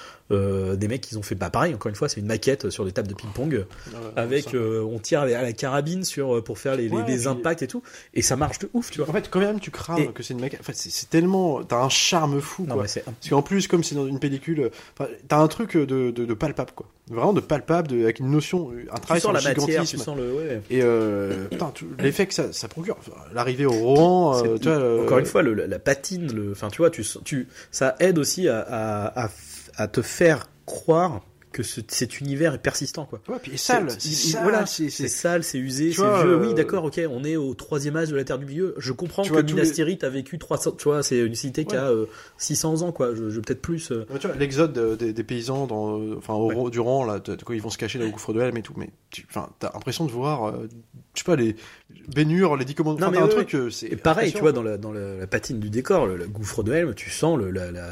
des mecs qui ont fait pareil, encore une fois c'est une maquette sur des tables de ping-pong avec on tire à la carabine pour faire les impacts et tout, et ça marche de ouf, tu vois. En fait quand même tu crames que c'est une maquette, en fait c'est tellement, t'as un charme fou quoi. Parce qu'en plus comme c'est dans une pellicule, t'as un truc de palpable quoi, vraiment de palpable, avec une notion, un travail sur le gigantisme, tu sens et putain, l'effet que ça procure, l'arrivée au Rohan, tu vois, encore une fois la patine, enfin tu vois, ça aide aussi à te faire croire que cet univers est persistant quoi. Ouais, puis sale, c'est sale, c'est usé, c'est vieux. Oui, d'accord, ok, on est au 3e âge de la Terre du Milieu. Je comprends que Minas Tirith a vécu 300, tu vois, c'est une cité qui a 600 ans quoi, je peut-être plus. Ouais, tu vois, l'exode des paysans au Durand là, quand ils vont se cacher dans le gouffre de Helm et tout, mais t'as l'impression de voir je sais pas, les Bénure, les 10 commandements, t'as un truc c'est et pareil, tu vois, dans la patine du décor, le gouffre de Helm, tu sens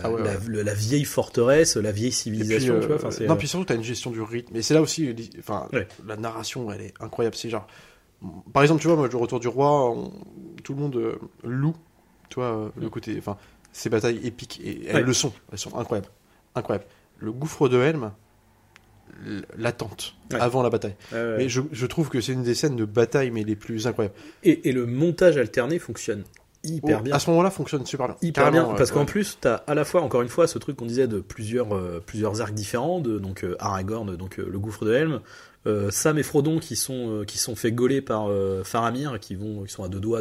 la vieille forteresse, la vieille civilisation, tu vois, enfin c'est non, puis surtout t'as une gestion du rythme, et c'est là aussi la narration elle est incroyable, c'est genre par exemple, tu vois, moi le Retour du Roi, tout le monde loue, tu vois, le côté, enfin ces batailles épiques, et elles le sont, elles sont incroyables. Le gouffre de Helm, l'attente avant la bataille. Mais je trouve que c'est une des scènes de bataille mais les plus incroyables. Et le montage alterné fonctionne hyper bien. À ce moment-là, fonctionne super bien. Hyper bien, parce qu'en plus, t'as à la fois, encore une fois, ce truc qu'on disait de plusieurs arcs différents, donc Aragorn, donc le gouffre de Helm, Sam et Frodon qui sont fait gauler par Faramir, qui sont à deux doigts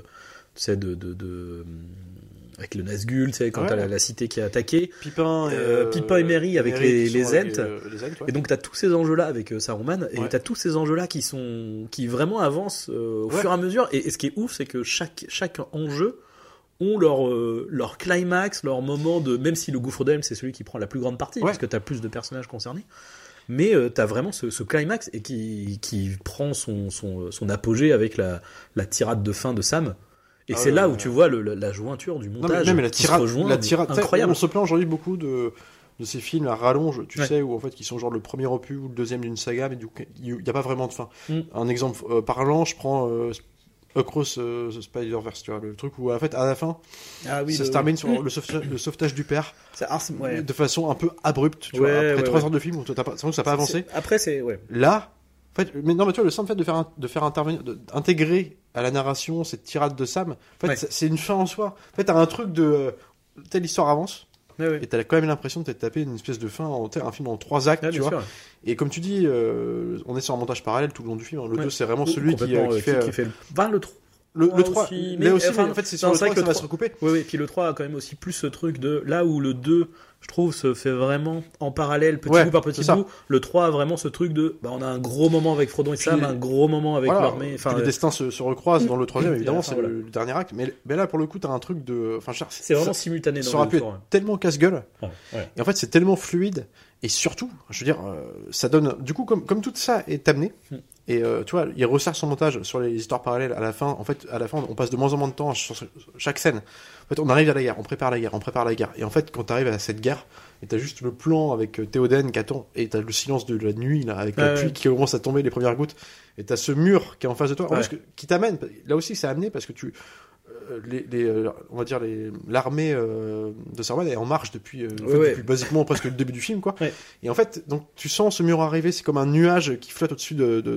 avec le Nazgûl, tu sais, quand t'as la cité qui est attaquée. Pipin et Merry avec les Ents. Ouais. Et donc t'as tous ces enjeux-là avec Saruman, et t'as tous ces enjeux-là qui vraiment avancent au fur et à mesure. Et ce qui est ouf, c'est que chaque enjeu ont leur climax, leur moment de... Même si le gouffre d'Helm, c'est celui qui prend la plus grande partie, parce que t'as plus de personnages concernés. Mais t'as vraiment ce climax, et qui prend son apogée avec la tirade de fin de Sam. Et c'est là où tu vois la jointure du montage. Non, mais la tirade, incroyable. On se plaint aujourd'hui beaucoup de ces films à rallonge, tu sais, où en fait qui sont genre le premier opus ou le deuxième d'une saga, mais il n'y a pas vraiment de fin. Un exemple parlant, je prends Across the Spider-Verse, tu vois, le truc où en fait à la fin ça se termine sur le sauvetage du père de façon un peu abrupte, tu vois, après 3 heures de film où t'as pas, ça n'a pas avancé. Après c'est là. En fait, mais tu vois, le simple fait de faire intervenir, d'intégrer à la narration cette tirade de Sam, en fait, c'est une fin en soi. En fait, t'as un truc de telle histoire avance, et t'as quand même l'impression de t'être tapé une espèce de fin, un film en 3 actes, tu vois. Et comme tu dis, on est sur un montage parallèle tout le long du film. Le 2, c'est vraiment celui qui fait le 3. Le 3, aussi, mais aussi, en fait, c'est sur le 3 que ça va se recouper. Oui, puis le 3 a quand même aussi plus ce truc de là où le 2, je trouve, se fait vraiment en parallèle, petit bout par petit bout. Le 3 a vraiment ce truc de, on a un gros moment avec Frodon et Sam, un gros moment avec l'armée. Enfin, les destins se recroisent dans le 3e, évidemment, c'est le dernier acte. Mais là, pour le coup, t'as un truc de, c'est vraiment simultané. Ça aurait pu être tellement casse-gueule. Et en fait, c'est tellement fluide. Et surtout, je veux dire, ça donne, du coup, comme tout ça est amené, et tu vois, il resserre son montage sur les histoires parallèles. À la fin, on passe de moins en moins de temps sur chaque scène. En fait, on arrive à la guerre, on prépare la guerre. Et en fait, quand t'arrives à cette guerre, et t'as juste le plan avec Théoden qui attend, et t'as le silence de la nuit, là, avec la pluie qui commence à tomber, les premières gouttes, et t'as ce mur qui est en face de toi, parce que, qui t'amène, là aussi c'est amené parce que on va dire l'armée de Saruman est en marche depuis basiquement presque le début du film, quoi. Et en fait, donc tu sens ce mur arriver, c'est comme un nuage qui flotte au-dessus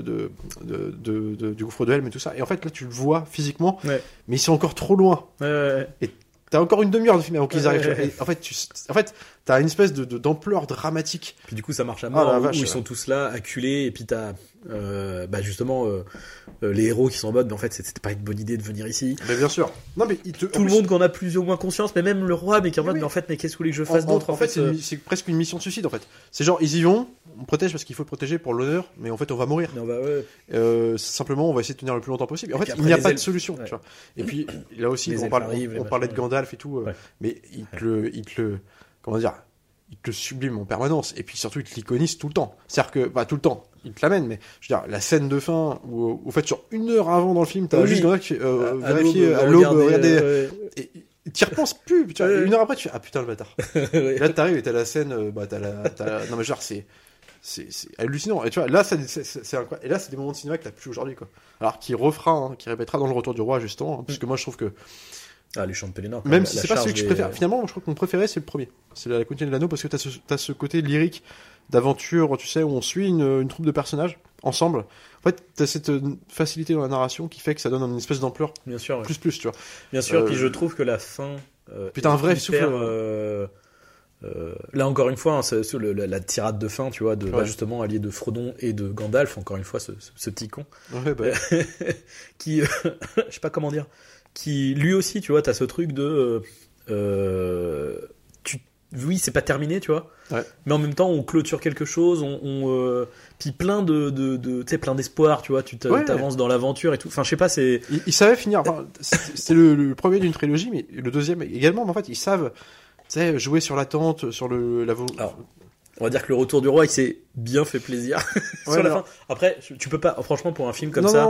du gouffre de Helm et tout ça. Et en fait, là, tu le vois physiquement, mais ils sont encore trop loin. Et t'as encore une demi-heure de film avant qu'ils arrivent. Et en fait, t'as une espèce d'ampleur dramatique. Puis du coup, ça marche à mort, où ils sont tous là, acculés, et puis t'as justement les héros qui sont en mode, mais en fait, c'était pas une bonne idée de venir ici. Mais bien sûr. Non, mais tout le monde qui en a plus ou moins conscience, mais même le roi, mais qui est en mode, mais en fait, mais qu'est-ce que vous voulez que je fasse d'autre? En fait, c'est presque une mission de suicide, en fait. C'est genre, ils y vont, on protège parce qu'il faut le protéger pour l'honneur, mais en fait, on va mourir. Simplement, on va essayer de tenir le plus longtemps possible. En fait, il n'y a pas de solution. Tu vois. Et puis, là aussi, on parlait de Gandalf et tout, mais il te le comment dire, il te le sublime en permanence, et puis surtout il te l'iconise tout le temps. C'est-à-dire que, pas tout le temps, il te l'amène, mais je veux dire, la scène de fin, où en fait, sur 1 heure avant dans le film, t'as juste Gandalf qui fait vérifier à l'aube, regardez, et t'y repenses plus, tu vois, 1 heure après, tu fais, ah putain, le bâtard. Et là, t'arrives et t'as la scène, non mais genre, c'est hallucinant. Et tu vois, là, c'est incroyable. Et là, c'est des moments de cinéma que t'as plus aujourd'hui, quoi. Alors, qui répétera dans le Retour du Roi, justement, parce que moi, je trouve que les champs de Pelennor. Même si c'est pas celui que je préfère. Finalement, je crois que mon préféré, c'est le premier. C'est la continuité de l'anneau, parce que t'as ce côté lyrique d'aventure, tu sais, où on suit une troupe de personnages ensemble. En fait, t'as cette facilité dans la narration qui fait que ça donne une espèce d'ampleur. Bien sûr. Plus, tu vois. Bien sûr, puis je trouve que la fin. Puis t'as un vrai souffle. Là, encore une fois, la tirade de fin, tu vois, justement, allié de Frodon et de Gandalf, encore une fois, ce petit con. Qui, je sais pas comment dire. Qui lui aussi, tu vois, t'as ce truc de oui, c'est pas terminé, tu vois, mais en même temps on clôture quelque chose, puis plein tu sais, plein d'espoir, tu vois, tu t'avances dans l'aventure et tout. Enfin, je sais pas, c'est il savait finir, enfin, c'est le premier d'une trilogie, mais le deuxième également, mais en fait ils savent, tu sais, jouer sur l'attente, sur Alors, on va dire que le Retour du Roi, il s'est bien fait plaisir sur la fin. Après, tu peux pas, franchement, pour un film comme ça,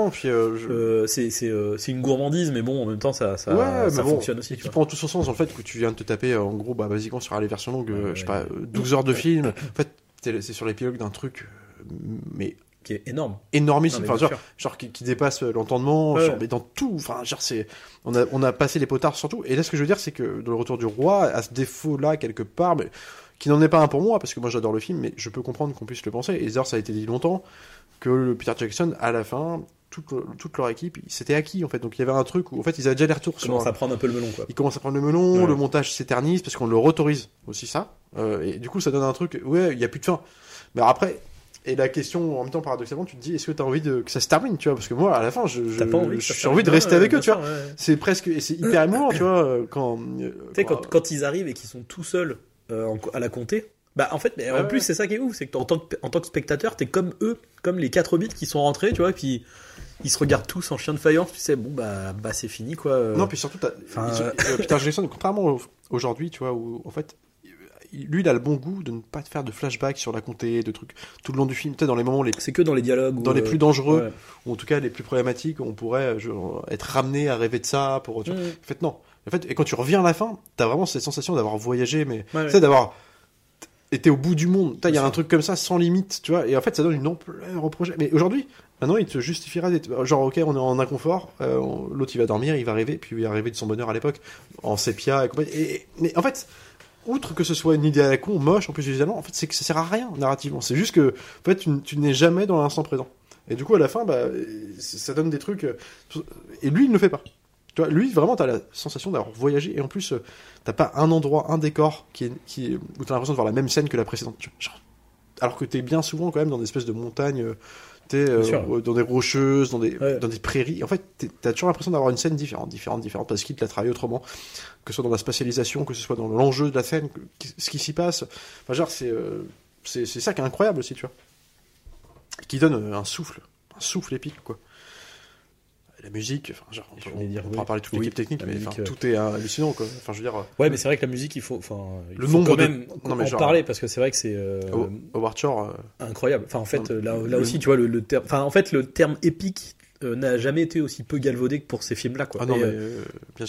c'est une gourmandise, mais bon, en même temps, ça fonctionne aussi. Tu prends tout son sens dans le fait que tu viens de te taper, en gros, basiquement sur les versions longues, je sais pas, 12 heures de film. En fait, c'est sur l'épilogue d'un truc, mais qui est énorme, énormissime, enfin genre qui dépasse l'entendement, mais dans tout, enfin genre on a passé les potards sur tout. Et là, ce que je veux dire, c'est que dans le Retour du Roi, à ce défaut là quelque part, mais qui n'en est pas un pour moi, parce que moi j'adore le film, mais je peux comprendre qu'on puisse le penser. Et d'ailleurs, ça a été dit longtemps que le Peter Jackson, à la fin, toute leur équipe, c'était acquis en fait. Donc il y avait un truc où en fait ils avaient déjà les retours. Ils commencent à prendre un peu le melon, quoi. Ils commencent à prendre le melon, le montage s'éternise parce qu'on leur autorise aussi ça. Et du coup, ça donne un truc. Ouais, il y a plus de fin. Mais après. Et la question, en même temps, paradoxalement, tu te dis, est-ce que t'as envie que ça se termine, tu vois? Parce que moi, à la fin, j'ai envie de rester avec eux, tu vois. C'est hyper émouvant, tu vois, tu sais, quand ils arrivent et qu'ils sont tout seuls, à la comté, bah, en fait, en plus, c'est ça qui est ouf, c'est que en tant que spectateur, t'es comme eux, comme les 4 hobbits qui sont rentrés, tu vois, et puis ils se regardent tous en chien de faïence, tu sais, bon, bah, c'est fini, quoi. Non, puis surtout, Peter Jackson, contrairement aujourd'hui, tu vois, où, en fait, lui, il a le bon goût de ne pas te faire de flashbacks sur la comté, de trucs tout le long du film. Peut-être dans les moments c'est que dans les dialogues, dans les plus dangereux, ou en tout cas les plus problématiques, on pourrait être ramené à rêver de ça. En fait, non. En fait, et quand tu reviens à la fin, t'as vraiment cette sensation d'avoir voyagé, mais tu sais, d'avoir été au bout du monde. Il y a un truc comme ça sans limite, tu vois. Et en fait, ça donne une ampleur au projet. Mais aujourd'hui, maintenant, il te justifiera d'être genre, ok, on est en inconfort, l'autre il va dormir, il va rêver, puis il va rêver de son bonheur à l'époque, en sépia et compagnie. Mais en fait. Outre que ce soit une idée à la con, moche, en plus visuellement, en fait, c'est que ça sert à rien narrativement. C'est juste que, en fait, tu n'es jamais dans l'instant présent. Et du coup, à la fin, ça donne des trucs. Et lui, il ne le fait pas. Tu vois, lui, vraiment, t'as la sensation d'avoir voyagé. Et en plus, t'as pas un endroit, un décor où t'as l'impression de voir la même scène que la précédente. Alors que t'es bien souvent quand même dans des espèces de montagnes. Dans des rocheuses, dans des prairies. En fait, t'as toujours l'impression d'avoir une scène différente, parce qu'il te l'a travaillé autrement, que ce soit dans la spatialisation, que ce soit dans l'enjeu de la scène, ce qui s'y passe. Enfin, genre, c'est ça qui est incroyable aussi, tu vois. Et qui donne un souffle épique, quoi. La musique, enfin, genre, on pourra parler de toute l'équipe technique, mais tout est hallucinant, quoi. Enfin, je veux dire. Ouais, mais c'est vrai que la musique, il faut le nombre quand même en parler, parce que c'est vrai que c'est Howard Shore, incroyable. Enfin, en fait, là aussi, tu vois, le terme. Enfin, en fait, le terme épique n'a jamais été aussi peu galvaudé que pour ces films-là, quoi. Ah non, mais bien sûr.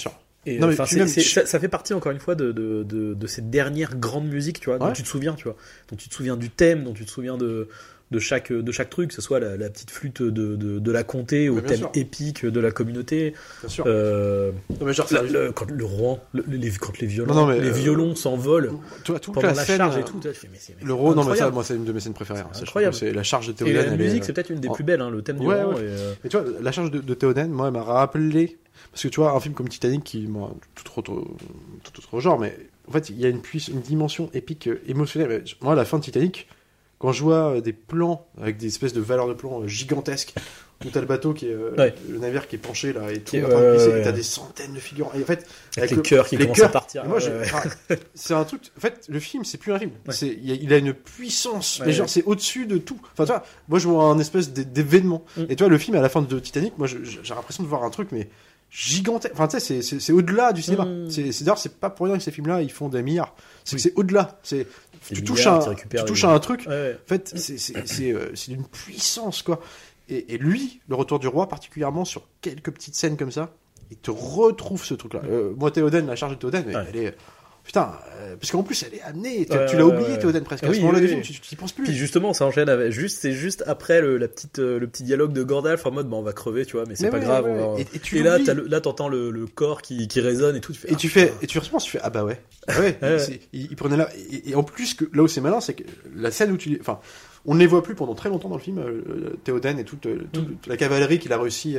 Et Non, mais enfin, puis même- ça fait partie encore une fois de ces dernières grandes musiques, tu vois, dont Ouais. tu te souviens, tu vois, dont tu te souviens du thème, dont tu te souviens de chaque truc, que ce soit la petite flûte de la comté au Mais bien thème sûr. épique de la communauté. Bien sûr. Non, mais genre, quand le roi, quand les violons, Non, mais, les violons s'envolent toute pendant la la scène, charge et tout. Tu fais, mais c'est le Raw, non, mais ça, incroyable. moi, c'est une de mes scènes préférées. hein. Ça, je trouve Incroyable. que c'est la charge de Et Théoden. la elle musique, est- c'est peut-être une des en- plus belles, hein, le thème du Ouais, roi. ouais. Et, Mais tu vois, la charge de Théoden, moi, elle m'a rappelé. Parce que tu vois, un film comme Titanic, qui, moi, tout autre genre, mais en fait, il y a une dimension épique émotionnelle. Moi, à la fin de Titanic, quand je vois des plans avec des espèces de valeurs de plans gigantesques, où t'as le bateau qui est. Ouais. Le navire qui est penché là, et tout, Qui est- en train de glisser, ouais. et t'as des centaines de figurants. Et en fait, avec les le- cœurs qui les commencent à cœurs. partir. Et moi, Ouais, ouais. enfin, c'est un truc. En fait, le film, c'est plus un film. Ouais. Il a une puissance. Ouais, mais genre, ouais. c'est au-dessus de tout. Enfin, tu vois, moi, je vois un espèce d'événement. Et tu vois, le film, à la fin de Titanic, moi, j'ai l'impression de voir un truc, mais gigantesque. Enfin, tu sais, c'est au-delà du cinéma. D'ailleurs, c'est pas pour rien que ces films-là, ils font des milliards. C'est que c'est au-delà. Des Tu touches milliards à qui récupèrent un truc. Ouais, ouais. En fait, c'est d'une puissance, quoi. Et lui, le retour du roi, particulièrement sur quelques petites scènes comme ça, il te retrouve ce truc-là. Moi, Théoden, la charge de Théoden, Ouais. elle est. Putain, parce qu'en plus, elle est amenée. Tu Ouais, l'as ouais, oublié, ouais. Théoden, presque. À Oui, ce moment-là oui, du oui. film, tu y penses plus. Puis justement, ça enchaîne avec c'est juste après le petit dialogue de Gandalf en mode bah, on va crever, tu vois, mais c'est Mais pas ouais, grave. ouais, on va- ouais. Et tu Et là, l'oublies. là, t'entends le corps qui résonne et tout. Tu fais, Et ah, tu putain. fais, et tu repenses, tu fais, ah bah ouais. Ah ouais, Ouais. il prenait là. Et en plus, que, là où c'est malin, c'est que la scène où enfin, on ne les voit plus pendant très longtemps dans le film, Théoden et toute la cavalerie qu'il a réussi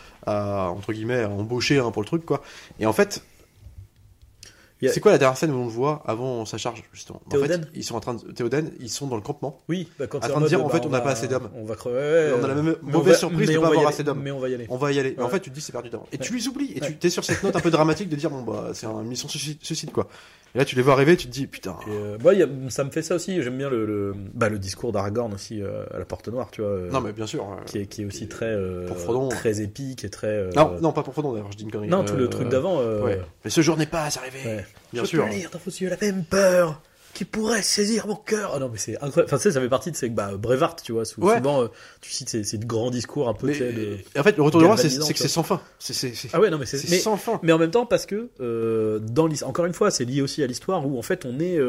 à, entre guillemets, à embaucher pour le truc, quoi. Et en fait, Il y a- c'est quoi la dernière scène où on le voit avant sa charge, justement? En Théoden fait, ils sont en train de, Théoden, ils sont dans le campement. Oui, bah, quand en c'est train de mode, dire, en bah, fait, on n'a pas assez d'hommes. On va crever. On a la même mais mauvaise on va- surprise mais de on pas va y avoir aller, assez d'hommes. Mais on va y aller. On va y aller. Et en Ouais. fait, tu te dis, c'est perdu d'avance. Et Ouais. tu les oublies. Et Ouais. tu es sur cette note un peu dramatique de dire, bon, bah, c'est une mission suicide, quoi. Et là, tu les vois arriver, tu te dis, putain. Et, ça me fait ça aussi. J'aime bien le discours d'Aragorn aussi à la Porte Noire, tu vois. Non, mais bien sûr. qui est aussi très pour Frodon, très épique et très. Non, pas pour Frodon, d'ailleurs, je dis une connerie. Non, tout le truc d'avant. Ouais. Mais ce jour n'est pas arrivé. Ouais. Bien Je sûr. peux lire dans vos yeux la même peur qui pourrait saisir mon cœur. Ah non, mais c'est incroyable. Enfin, tu sais, ça fait partie de ces Brevard, tu vois. Ouais. Souvent, tu cites ces grands discours un peu. Mais, tu sais, en fait, le retour du roi, c'est galvanisant, que tu c'est vois. sans fin. Ah ouais, non, mais C'est mais, sans fin. mais en même temps, parce que encore une fois, c'est lié aussi à l'histoire où en fait on est.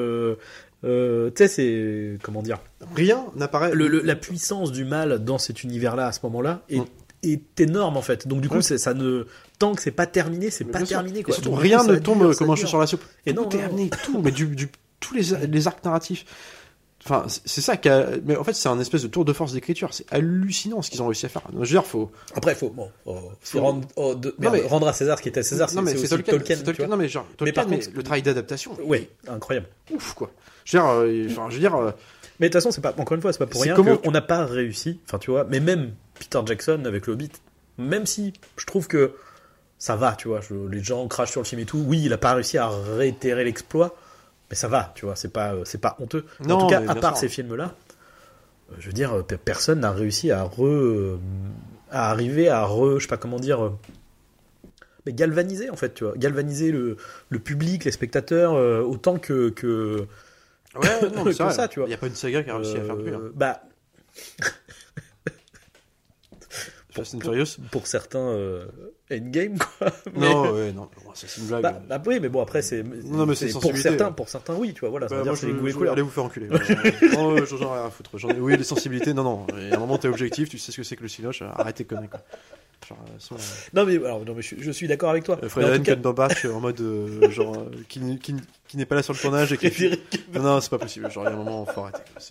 Tu sais, c'est. Comment dire Rien n'apparaît. la puissance du mal dans cet univers-là à ce moment-là est énorme en fait. Donc du coup, Ouais. ça ne tant que c'est pas terminé, c'est Mais pas bien sûr. terminé Et quoi. surtout, Donc, rien du coup, ne ça tombe dure, comme ça un cheveu dure. sur la soupe. Et Tout non, est non. amené, tout. Mais tous les arcs narratifs. Enfin, c'est ça mais en fait, c'est un espèce de tour de force d'écriture. C'est hallucinant ce qu'ils ont réussi à faire. Je veux dire, faut. Après, faut rendre, Non, mais- rendre à César ce qui est à César. Non, mais c'est c'est aussi Tolkien. tu vois. Non, mais genre, Mais par Tolkien, contre- le travail d'adaptation. Ouais, incroyable. Ouf, quoi. Je veux dire, Mais de toute façon, c'est pas, encore une fois, c'est pas pour C'est rien comment qu'on n'a pas réussi. Enfin, tu vois, mais même Peter Jackson avec le Hobbit, même si je trouve que ça va, tu vois, les gens crachent sur le film et tout. Oui, il a pas réussi à réitérer l'exploit, mais ça va, tu vois, c'est pas honteux. Non, en tout cas, mais à bien part sûr. ces films-là, je veux dire, personne n'a réussi à arriver à je sais pas comment dire. Mais galvaniser en fait, tu vois, galvaniser le public, les spectateurs, autant que ouais, non, mais c'est comme vrai. ça, tu vois. Il n'y a pas une saga qui a réussi à faire plus. Bah, Fast and Furious. pour certains, Endgame quoi. Mais- Non, ouais, non, ça c'est une blague. bah oui, mais bon après c'est. Non, mais c'est pour sensibilité. certains oui, tu vois, voilà. Ça Bah, veut dire moi, que c'est les goûts et je couleurs. allez vous faire enculer. Non, j'en ai rien à foutre. Oui, les sensibilités, non. Il y a un moment, t'es objectif, tu sais ce que c'est que le cinoche. Arrêtez de conneries, quoi. Genre, Non mais je suis d'accord avec toi. Mais en Frédéric tout cas, Cumberbatch en mode qui n'est pas là sur le tournage et qui non, c'est pas possible. Genre, il y a un moment, faut arrêter. Quoi.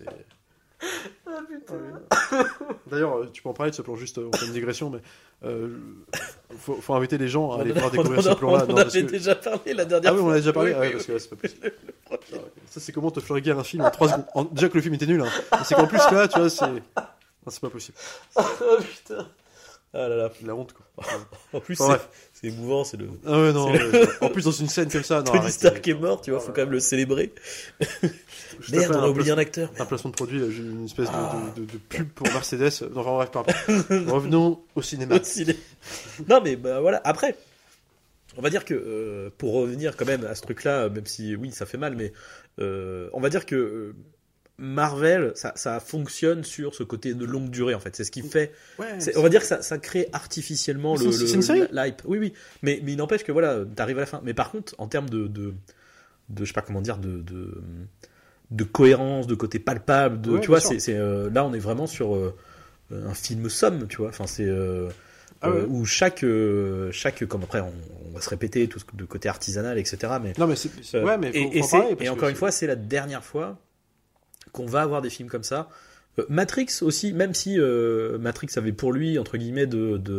D'ailleurs, tu peux en parler de ce plan juste, on fait une digression, mais faut inviter les gens à aller voir découvrir ce plan-là. On en avait déjà parlé la dernière Ah oui, fois. on en a déjà parlé. Oui, Ah ouais, oui, parce que là, c'est pas possible. Ça, c'est comment te flinguer un film en 3 secondes. Déjà que le film était nul, hein. Mais c'est qu'en plus là, tu vois, non, c'est pas possible. Oh putain. Ah là là. La honte, quoi. En plus, Enfin, bref. c'est émouvant, c'est le. Ah ouais, non. En plus, dans une scène comme ça, non. Tony arrête. Stark est mort, tu vois, faut quand même le célébrer. Je Merde, tape on a oublié un acteur. un placement de produit, là, j'ai une espèce de pub pour Mercedes. Non, enfin bref, peu importe. Revenons au cinéma. Au ciné. Non mais bah voilà, après on va dire que pour revenir quand même à ce truc là, même si oui ça fait mal, mais on va dire que Marvel, ça fonctionne sur ce côté de longue durée en fait. C'est ce qui fait. Ouais, On va dire que ça crée artificiellement c'est une série. l'hype. Oui. Mais il n'empêche que voilà, t'arrives à la fin. Mais par contre, en termes de je sais pas comment dire, de cohérence, de côté palpable, tu vois, c'est là on est vraiment sur un film somme, tu vois. Enfin c'est où chaque comme après on va se répéter tout ce de côté artisanal, etc. Mais non mais et encore une fois, c'est la dernière fois qu'on va avoir des films comme ça. Matrix aussi, même si Matrix avait pour lui entre guillemets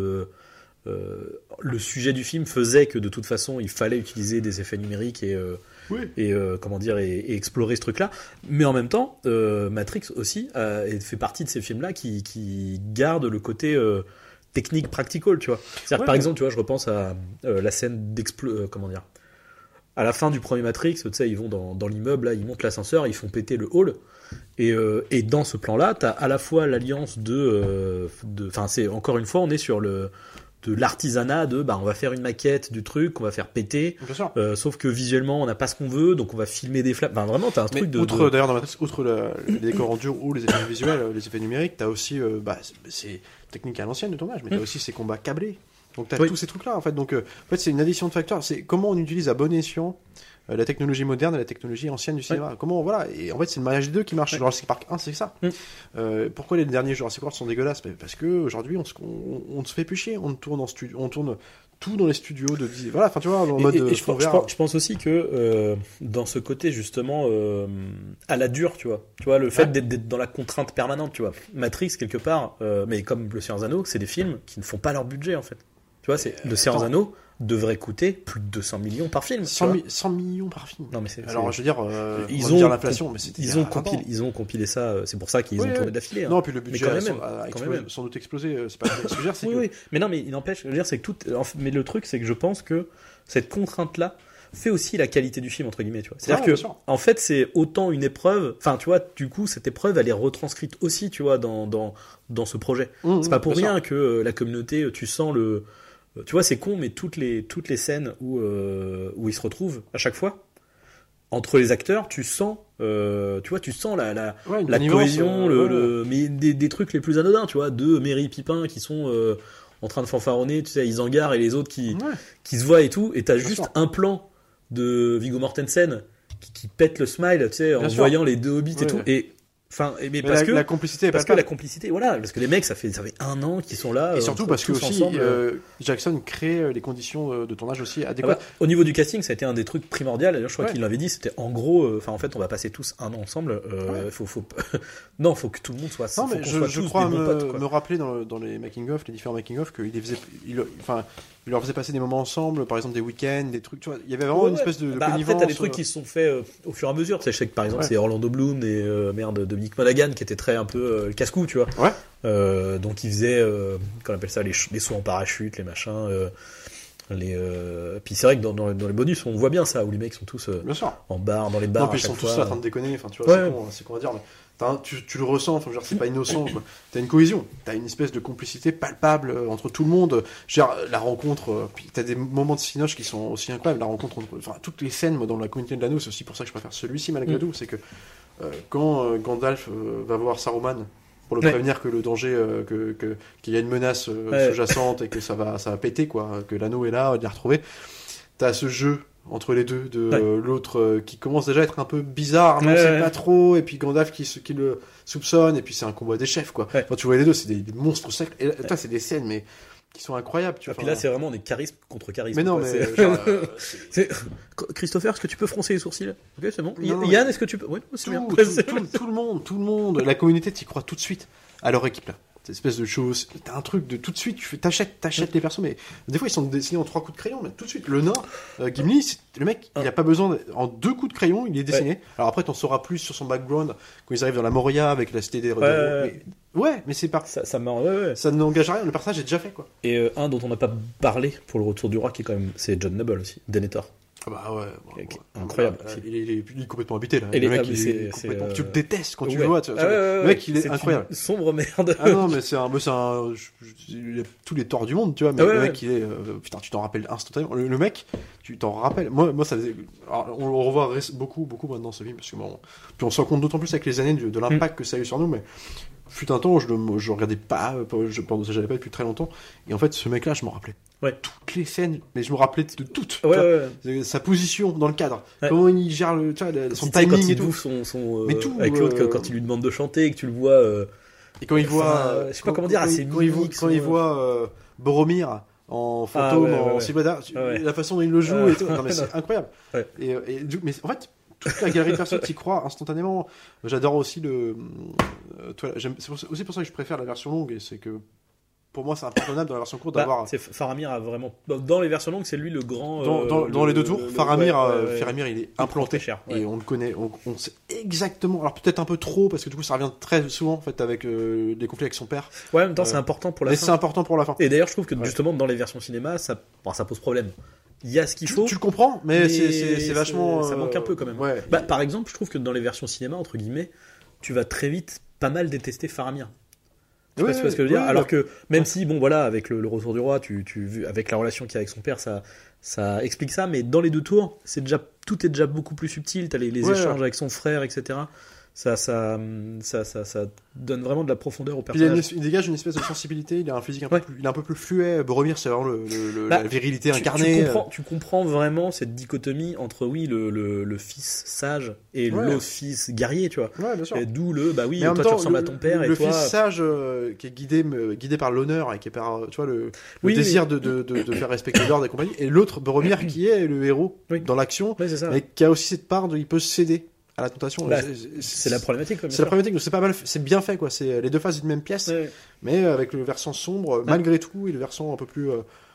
le sujet du film faisait que de toute façon il fallait utiliser des effets numériques et comment dire et explorer ce truc-là. Mais en même temps, Matrix aussi fait partie de ces films-là qui gardent le côté technique practical, tu vois. C'est-à-dire que, par exemple, tu vois, je repense à la scène comment dire. À la fin du premier Matrix, tu sais, ils vont dans l'immeuble, là, ils montent l'ascenseur, ils font péter le hall. Et dans ce plan-là, t'as à la fois l'alliance enfin, c'est encore une fois, on est sur de l'artisanat on va faire une maquette du truc, on va faire péter. Sauf que visuellement, on n'a pas ce qu'on veut, donc on va filmer des flammes. Enfin, vraiment, t'as un truc d'ailleurs, dans Matrix, outre les décors en dur ou les effets visuels, les effets numériques, t'as aussi, c'est technique à l'ancienne de tournage, mais t'as aussi ces combats câblés. Donc t'as tous ces trucs-là, en fait. Donc, en fait, c'est une addition de facteurs. C'est comment on utilise à bon escient la technologie moderne et la technologie ancienne du cinéma. Comment, voilà. Et en fait, c'est le mariage des deux qui marche. Jurassic Park 1, c'est ça. Pourquoi les derniers Jurassic World sont dégueulasses? Parce que aujourd'hui, on se fait plus chier. On tourne tout dans les studios de voilà, enfin tu vois, en mode je pense aussi que dans ce côté justement à la dure, tu vois le fait d'être dans la contrainte permanente, tu vois. Matrix quelque part, mais comme Le Seigneur des Anneaux, c'est des films qui ne font pas leur budget en fait. Tu vois, Le Seigneur des Anneaux devrait coûter plus de 200 millions par film. 100 millions par film. Non mais alors je veux dire, ils on va dire l'inflation, mais c'était ils ont compilé ça. C'est pour ça qu'ils ont tourné d'affilée. Non, puis le budget a sans doute explosé. C'est pas ce que je veux dire, c'est oui, mais non, mais il n'empêche. Je veux dire, c'est que tout. Mais le truc, c'est que je pense que cette contrainte-là fait aussi la qualité du film entre guillemets, tu vois. C'est-à-dire que en fait, c'est autant une épreuve. Enfin, tu vois, du coup, cette épreuve, elle est retranscrite aussi, tu vois, dans ce projet. C'est pas pour rien que la communauté, tu sens le. Tu vois, c'est con, mais toutes les scènes où ils se retrouvent à chaque fois entre les acteurs, tu sens la cohésion, mais des trucs les plus anodins, tu vois, de Merry et Pipin qui sont en train de fanfaronner, tu sais, Isengard et les autres qui se voient et tout, et t'as juste un plan de Viggo Mortensen qui pète le smile, tu sais, en voyant les deux hobbits et tout, et enfin, mais parce que la complicité, parce que la complicité, voilà, parce que les mecs, ça fait 1 an qu'ils sont là, et surtout parce que aussi Jackson crée les conditions de tournage aussi adéquates. Au niveau du casting, ça a été un des trucs primordiaux. D'ailleurs, je crois qu'il l'avait dit, c'était en gros, en fait, on va passer tous 1 an ensemble. Non, faut que tout le monde soit. Non, mais je crois me rappeler dans les making of, les différents making of, qu'il il leur faisait passer des moments ensemble, par exemple des week-ends, des trucs, tu vois. Il y avait vraiment une espèce de connivence. Après, t'as des trucs qui se sont faits au fur et à mesure. Je sais que par exemple, c'est Orlando Bloom et Dominic Monaghan qui était très un peu casse-cou, tu vois. Donc ils faisaient, qu'on appelle ça, les sauts en parachute, les machins. Puis c'est vrai que dans les bonus, on voit bien ça, où les mecs sont tous en bar, dans les bars. Non, puis ils sont tous là en train de déconner. Enfin, tu vois, c'est con à dire, mais tu le ressens. Enfin, genre, c'est pas innocent, quoi. T'as une cohésion, t'as une espèce de complicité palpable entre tout le monde. Genre, la rencontre, puis t'as des moments de cinoche qui sont aussi incroyables. La rencontre entre, toutes les scènes, moi, dans la communauté de l'anneau, c'est aussi pour ça que je préfère celui-ci malgré tout. C'est que quand Gandalf va voir Saruman pour le prévenir que le danger, qu'il y a une menace sous-jacente et que ça va péter, quoi, que l'anneau est là, de les retrouver. T'as ce jeu entre les deux de l'autre qui commence déjà à être un peu bizarre, mais on sait pas trop, et puis Gandalf qui le soupçonne, et puis c'est un combat des chefs, quoi. Quand tu vois les deux, c'est des monstres secs, et là, c'est des scènes, mais qui sont incroyables, tu vois. Puis là, c'est vraiment des charismes contre charisme. Mais non, mais Christopher, est-ce que tu peux froncer les sourcils? Ok, c'est bon. Yann, est-ce que tu peux? Oui, c'est bien. Tout le monde, la communauté t'y croit tout de suite à leur équipe là. Cette espèce de chose, t'as un truc de tout de suite, t'achètes les persos, mais des fois ils sont dessinés en 3 coups de crayon, mais tout de suite, le nain, Gimli, le mec, il a pas besoin, en 2 coups de crayon, il est dessiné. Alors après, t'en sauras plus sur son background quand ils arrivent dans la Moria avec la cité des mais c'est pas. Ça n'engage à rien, le personnage est déjà fait, quoi. Et un dont on n'a pas parlé pour le Retour du Roi, qui est quand même, c'est John Noble aussi, Denethor. Bah ouais, Incroyable. Il est complètement habité là. Et Le mec, tu le détestes quand tu le vois. Le mec, il est incroyable. Une sombre merde. Ah non, mais il a tous les torts du monde, tu vois. Mais le mec, il est. Putain, tu t'en rappelles instantanément. Le mec, tu t'en rappelles. Moi, ça faisait. Alors, on le revoit beaucoup maintenant ce film parce que puis on se rend compte d'autant plus avec les années de l'impact que ça a eu sur nous, mais. Fut un temps, je regardais pas, j'avais pas depuis très longtemps, et en fait, ce mec-là, je m'en rappelais. Ouais. Toutes les scènes, mais je me rappelais de toutes. Ouais. Sa position dans le cadre, Ouais. comment il gère son timing quand il et tout. bouffe son Mais tout, avec l'autre, quand il lui demande de chanter et que tu le vois. Et quand il voit. Je sais pas comment dire, assez mimique. Quand il voit Boromir en fantôme, en Sylvada, la façon dont il le joue et tout. Non, mais c'est incroyable. Ouais. Mais en fait, toute la galerie de personnes qui croient instantanément. J'adore aussi c'est aussi pour ça que je préfère la version longue, et c'est que pour moi c'est impardonnable dans la version courte d'avoir. Faramir a vraiment dans les versions longues, c'est lui le grand. Dans les deux tours, Faramir il est implanté cher, et on le connaît, on sait exactement. Alors peut-être un peu trop parce que du coup ça revient très souvent en fait avec des conflits avec son père. Ouais, en même temps c'est important pour la fin. Mais c'est important pour la fin. Et d'ailleurs je trouve que justement dans les versions cinéma, ça pose problème. Il y a ce qu'il faut. Tu le comprends, mais c'est vachement. Ça manque un peu quand même. Ouais. Par exemple, je trouve que dans les versions cinéma, entre guillemets, tu vas très vite pas mal détester Faramir. Tu vois ce que je veux dire. Alors que même si, bon voilà, avec le retour du roi, avec la relation qu'il y a avec son père, ça explique ça. Mais dans les deux tours, tout est déjà beaucoup plus subtil. T'as les échanges avec son frère, etc. Ça donne vraiment de la profondeur au personnage. Il dégage une espèce de sensibilité, il a un physique il est un peu plus fluet. Boromir, c'est vraiment la virilité incarnée. Tu comprends vraiment cette dichotomie entre le fils sage et l'autre fils guerrier, tu vois. Ouais, bien sûr. Et d'où toi tu ressembles à ton père et toi. Le fils sage qui est guidé par l'honneur et qui est par le désir de faire respecter l'ordre et compagnie. Et l'autre, Boromir, qui est le héros dans l'action, mais qui a aussi cette part il peut céder à la tentation. C'est la problématique. C'est la problématique, donc c'est pas mal, c'est bien fait quoi. C'est les deux faces d'une même pièce, mais avec le versant sombre malgré tout et le versant un peu plus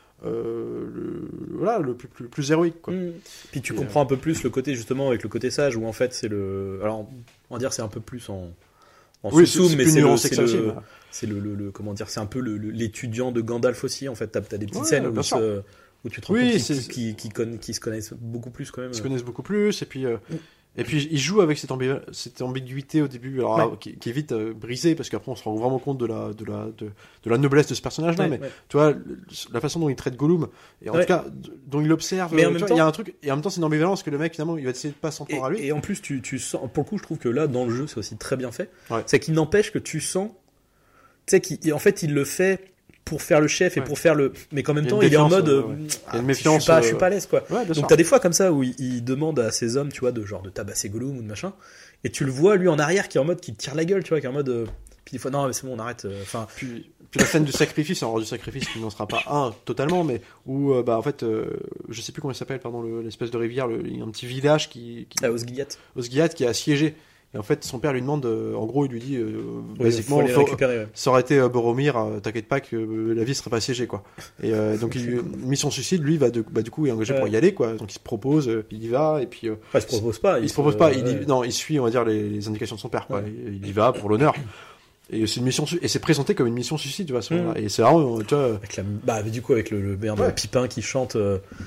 le plus héroïque quoi. Puis tu comprends un peu plus le côté justement avec le côté sage où en fait c'est alors on va dire c'est un peu plus en sous-soum, mais c'est le comment dire, c'est un peu l'étudiant de Gandalf aussi en fait. T'as des petites scènes où tu te rends compte qu'ils se connaissent beaucoup plus quand même. Ils se connaissent beaucoup plus et puis il joue avec cette ambiguïté au début, alors, qui est vite brisée parce qu'après on se rend vraiment compte de la noblesse de ce personnage-là. Mais tu vois la façon dont il traite Gollum et en tout cas dont il observe. Mais en même temps, il y a un truc et en même temps c'est une ambivalence que le mec finalement il va essayer de pas s'en prendre à lui. Et en plus tu sens, pour le coup je trouve que là dans le jeu c'est aussi très bien fait. C'est qu'il n'empêche que tu sens, tu sais qu'en fait il le fait pour faire le chef et pour faire mais qu'en même temps il est en mode il y a une méfiance, je suis pas à l'aise quoi. Donc t'as des fois comme ça où il demande à ses hommes, tu vois, de tabasser Gollum ou de machin, et tu le vois lui en arrière qui est en mode qui tire la gueule, tu vois, qui est en mode puis des fois non mais c'est bon on arrête, enfin puis la scène du sacrifice, alors du sacrifice qui n'en sera pas totalement, mais où en fait je sais plus comment il s'appelle, l'espèce de rivière, il y a un petit village qui Osgiliath qui est assiégé. Et en fait, son père lui demande, en gros, il lui dit, basiquement, ça aurait été Boromir, t'inquiète pas que la vie serait pas assiégée, quoi. Et donc, mission suicide, lui, du coup, est engagé pour y aller, quoi. Donc, il se propose, il y va, et puis. Il se propose pas. Il suit, on va dire, les indications de son père, quoi. Il y va pour l'honneur. Et c'est une mission et c'est présenté comme une mission suicide, tu vois, et c'est vraiment, tu vois. Du coup, avec le Pipin qui chante.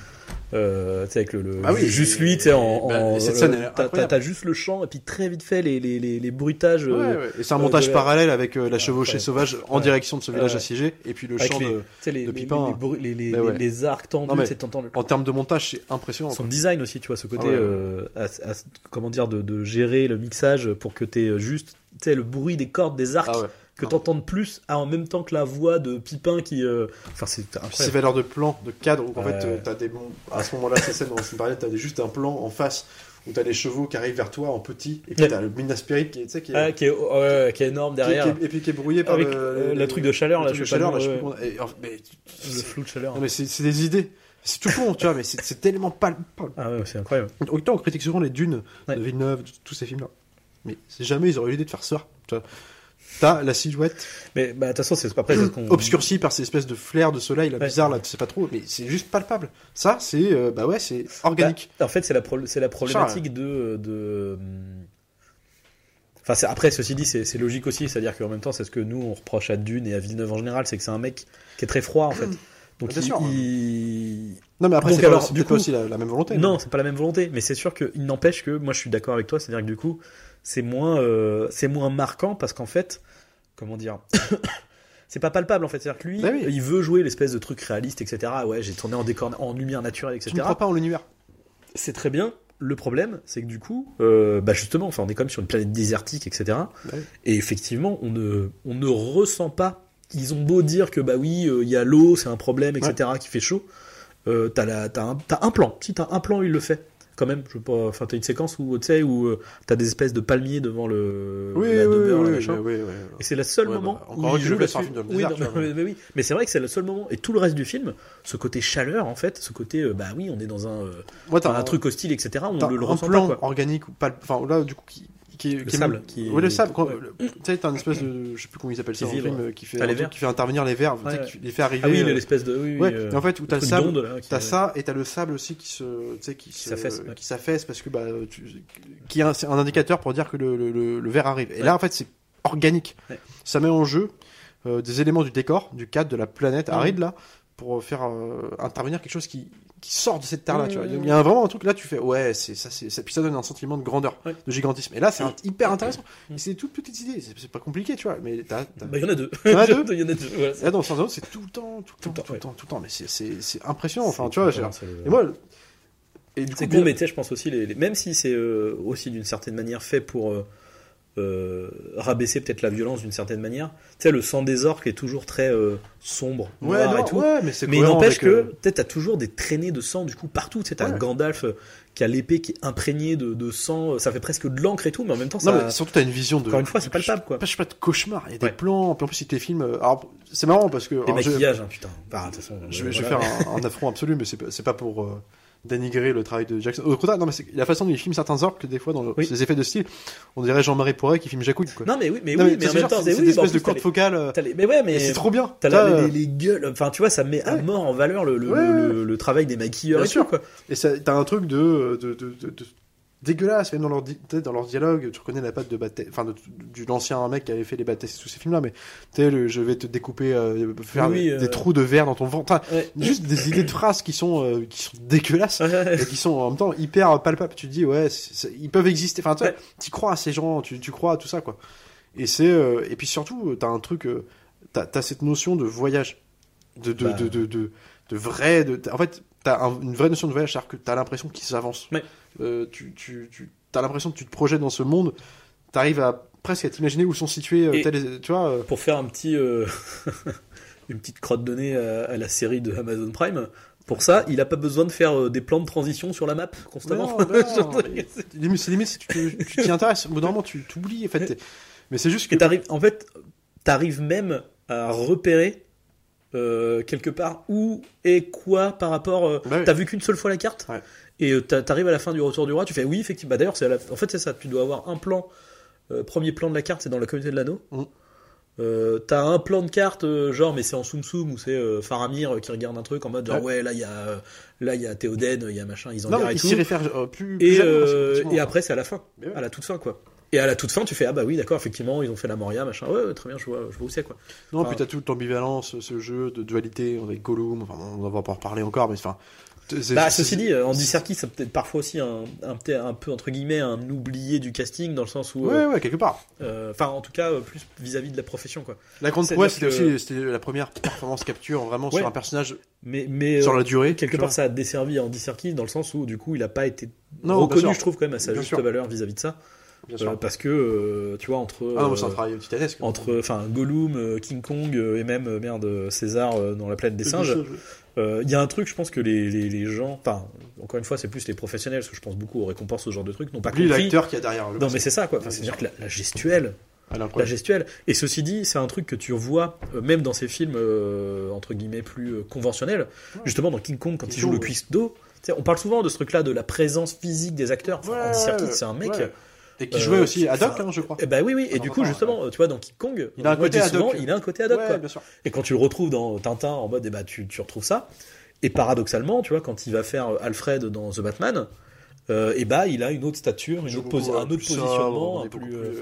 Avec juste lui, cette scène t'as juste le chant et puis très vite fait les bruitages. Et c'est un montage parallèle avec la chevauchée sauvage en direction de ce village assiégé et puis le chant de Pipin. Les arcs tendus, en termes de montage, c'est impressionnant. Son design aussi, tu vois, ce côté, comment dire, de gérer le mixage pour que t'aies juste, tu sais, le bruit des cordes, des arcs. Que t'entendes plus en même temps que la voix de Pipin qui c'est incroyable. Ces valeurs de plan, de cadre où en fait t'as des à ce moment-là ces scènes dans une période t'as juste un plan en face où t'as les chevaux qui arrivent vers toi en petit et puis t'as le Minas Spirit qui est énorme derrière et puis qui est brouillé par avec le truc de chaleur là, le flou de chaleur. Non mais c'est des idées. C'est tout con, tu vois, mais c'est tellement palpable. Ah ouais, c'est incroyable. Autant on critique souvent les dunes de Villeneuve, tous ces films là, mais c'est jamais ils auraient eu l'idée de faire ça, tu vois. T'as la silhouette, mais de toute façon c'est pas près obscurcie par ces espèces de flares de soleil là, bizarre là, tu sais pas trop, mais c'est juste palpable. Ça c'est c'est organique. En fait c'est la problématique Enfin, après, ceci dit, c'est logique aussi, c'est-à-dire qu'en même temps, c'est ce que nous on reproche à Dune et à Villeneuve en général, c'est que c'est un mec qui est très froid en fait. Donc Bien sûr. il... Non, mais après, Donc c'est alors, pas, du c'est coup- pas aussi la même volonté. Non, c'est pas la même volonté, mais c'est sûr qu'il n'empêche que moi je suis d'accord avec toi, c'est-à-dire que du coup c'est moins marquant parce qu'en fait, comment dire, c'est pas palpable en fait, c'est-à-dire que lui, Bah oui. il veut jouer l'espèce de truc réaliste, etc. Ouais, j'ai tourné en décor, en lumière naturelle, etc. Tu ne crois pas en l'univers. C'est très bien. Le problème, c'est que du coup, justement, enfin, on est quand même sur une planète désertique, etc. Ouais. Et effectivement, on ne ressent pas. Ils ont beau dire que bah oui, il y a l'eau, c'est un problème, etc. qui fait chaud. T'as un plan. Si t'as un plan, il le fait. Quand même, je veux pas. Enfin, t'as une séquence où tu sais où t'as des espèces de palmiers devant la demeure, le machin. oui. Et c'est le seul Ouais, moment bah, où encore il que je joue le fais sur un là-dessus. film dans le Oui, désert, non, tu vois, mais oui. Mais c'est vrai que c'est le seul moment. Et tout le reste du film, ce côté chaleur, en fait, ce côté, bah oui, on est dans Moi, t'as un truc hostile, etc. On t'as le un ressent plan pas, quoi. organique ou pas. Enfin, là, du coup, Le sable, qui est- Oui, le sable. ouais. Tu sais, t'as une espèce de. Je sais plus comment ils appellent ça dans le vibre. film, qui fait Ah, les un truc vers. qui fait intervenir les vers, tu sais, Ouais. qui les fait arriver. Ah oui, l'espèce de. Oui, Ouais, et en fait, où t'as le truc sable, d'onde, là, qui- t'as ça, et t'as le sable aussi qui s'affaisse, ouais. qui s'affaisse parce que, c'est un indicateur pour dire que le verre arrive. Et là, en fait, c'est organique. Ouais. Ça met en jeu des éléments du décor, du cadre, de la planète aride, là, pour faire intervenir quelque chose qui sort de cette terre-là, tu vois. Il y a vraiment un truc, là, tu fais, ouais, puis ça donne un sentiment de grandeur, Ouais. de gigantisme. Et là, c'est hyper intéressant. Et c'est toute petite idée, c'est pas compliqué, tu vois, mais Bah, il y en a deux. Il y en a deux. Il y en a deux, voilà. là, dans Star Wars, c'est tout le temps, tout le temps, mais c'est impressionnant, enfin, tu vois, et moi, et du coup, C'est con, mais tu sais, je pense aussi, même si c'est aussi d'une certaine manière fait pour rabaisser peut-être la violence d'une certaine manière, tu sais, le sang des orques est toujours très sombre, ouais, noir non, et tout. ouais, mais c'est Mais il cohérent n'empêche avec, que peut-être t'as toujours des traînées de sang du coup partout. Tu sais, t'as Ouais. Gandalf qui a l'épée qui est imprégnée de sang, ça fait presque de l'encre et tout, mais en même temps, non, ça. mais surtout, t'as une vision de. Encore une fois, c'est palpable, quoi. Je sais pas, de cauchemar. Il y a des Ouais. plans, puis en plus, il te filme. Alors, c'est marrant parce que. Les alors, maquillages, hein, putain. Bah, de toute façon, je vais voilà. faire un affront absolu, mais c'est pas pour dénigrer le travail de Jackson. Au contraire, non, mais c'est la façon dont il filme certains orques, que des fois, dans Oui. ses effets de style, on dirait Jean-Marie Poiret qui filme Jacouille, quoi. Non, mais oui, mais Non, oui, tu mais sais, en c'est même temps, c'est oui, des bah, en espèces de plus, courte focale. mais ouais, mais. Et c'est trop bien. T'as Ça, les gueules, enfin tu vois, ça met à Ouais. mort en valeur le Ouais. travail des maquilleurs Bien et sûr. tout, quoi. Et t'as un truc de dégueulasse, même dans leur dialogue. Tu reconnais la patte de l'ancien mec qui avait fait les batailles, tous ces films-là, mais tu sais, je vais te découper, faire Oui, des trous de verre dans ton ventre. Enfin, Ouais. juste des idées de phrases qui sont dégueulasses. Et qui sont en même temps hyper palpables. Tu te dis, ouais, ils peuvent exister. Enfin, tu Ouais. crois à ces gens, tu crois à tout ça, quoi. Et et puis surtout, t'as un truc, t'as cette notion de voyage, de vrai, en fait, t'as une vraie notion de voyage, c'est-à-dire que t'as l'impression qu'ils s'avancent. Ouais. T'as l'impression que tu te projettes dans ce monde, t'arrives presque à t'imaginer où sont situés, Et- tu vois. Pour faire un petit, une petite crotte de nez à la série de Amazon Prime, pour ça, il a pas besoin de faire des plans de transition sur la map constamment. C'est limite si tu t'y intéresses. Au bout d'un moment, tu t'oublies. En fait, mais c'est juste que. Et t'arrives même à repérer quelque part où et quoi par rapport. Bah oui. T'as vu qu'une seule fois la carte, Ouais. et t'arrives à la fin du Retour du Roi, tu fais oui, effectivement. Bah, d'ailleurs, en fait, c'est ça. Tu dois avoir un plan. Premier plan de la carte, c'est dans la communauté de l'anneau. T'as un plan de carte, genre, mais c'est en Tsum Tsum, où c'est Faramir qui regarde un truc en mode genre, ouais, là, il y a Théoden, il y a machin, ils en Non, et il tout. s'y réfère plus Et, jamais, parce que, effectivement, et après, c'est à la fin. Mais ouais. À la toute fin, quoi. Et à la toute fin, tu fais, ah bah oui, d'accord, effectivement, ils ont fait la Moria, machin. Ouais, très bien, je vois où c'est, quoi. Non, Enfin, puis t'as toute l'ambivalence, ce jeu de dualité avec Gollum, enfin, on va pas en reparler encore, mais enfin. Ceci dit, Andy Serkis, c'est peut-être parfois aussi un peu, entre guillemets, un oublié du casting, dans le sens où. Ouais, quelque part. Enfin, en tout cas, plus vis-à-vis de la profession, quoi. La grande C'est-à-dire prouesse, c'était la première performance capture vraiment Ouais. sur un personnage Mais sur la durée. quelque tu part, vois. ça a desservi Andy Serkis, dans le sens où, du coup, il a pas été Non, reconnu, bien sûr. je trouve, quand même, à sa Bien juste sûr. valeur vis-à-vis de ça. Bien sûr. Parce que, tu vois, entre. Ah non, c'est un travail titanesque. Enfin, Gollum, King Kong et même César dans La planète des singes. Il y a un truc, je pense que les gens, enfin, encore une fois, c'est plus les professionnels, parce que je pense beaucoup aux récompenses, ce genre de trucs, n'ont pas Oublie compris. l'acteur qui est derrière le. Non, mais c'est ça, quoi. Enfin, c'est-à-dire que la gestuelle, Elle est la incroyable. gestuelle. Et ceci dit, c'est un truc que tu revois même dans ces films entre guillemets plus conventionnels. Justement, dans King Kong, quand il joue le cuistot, tu sais, on parle souvent de ce truc-là, de la présence physique des acteurs. Enfin, Andy Serkis, c'est un mec. Ouais. Et qui jouait aussi ad hoc, je crois. Eh ben oui. Et du coup, justement, tu vois, dans King Kong, Il a un moi, côté je dis ad hoc. souvent, il a un côté ad hoc, Ouais, quoi. bien sûr. Et quand tu le retrouves dans Tintin, en mode, tu retrouves ça. Et paradoxalement, tu vois, quand il va faire Alfred dans The Batman, il a une autre stature, un autre positionnement, un peu plus.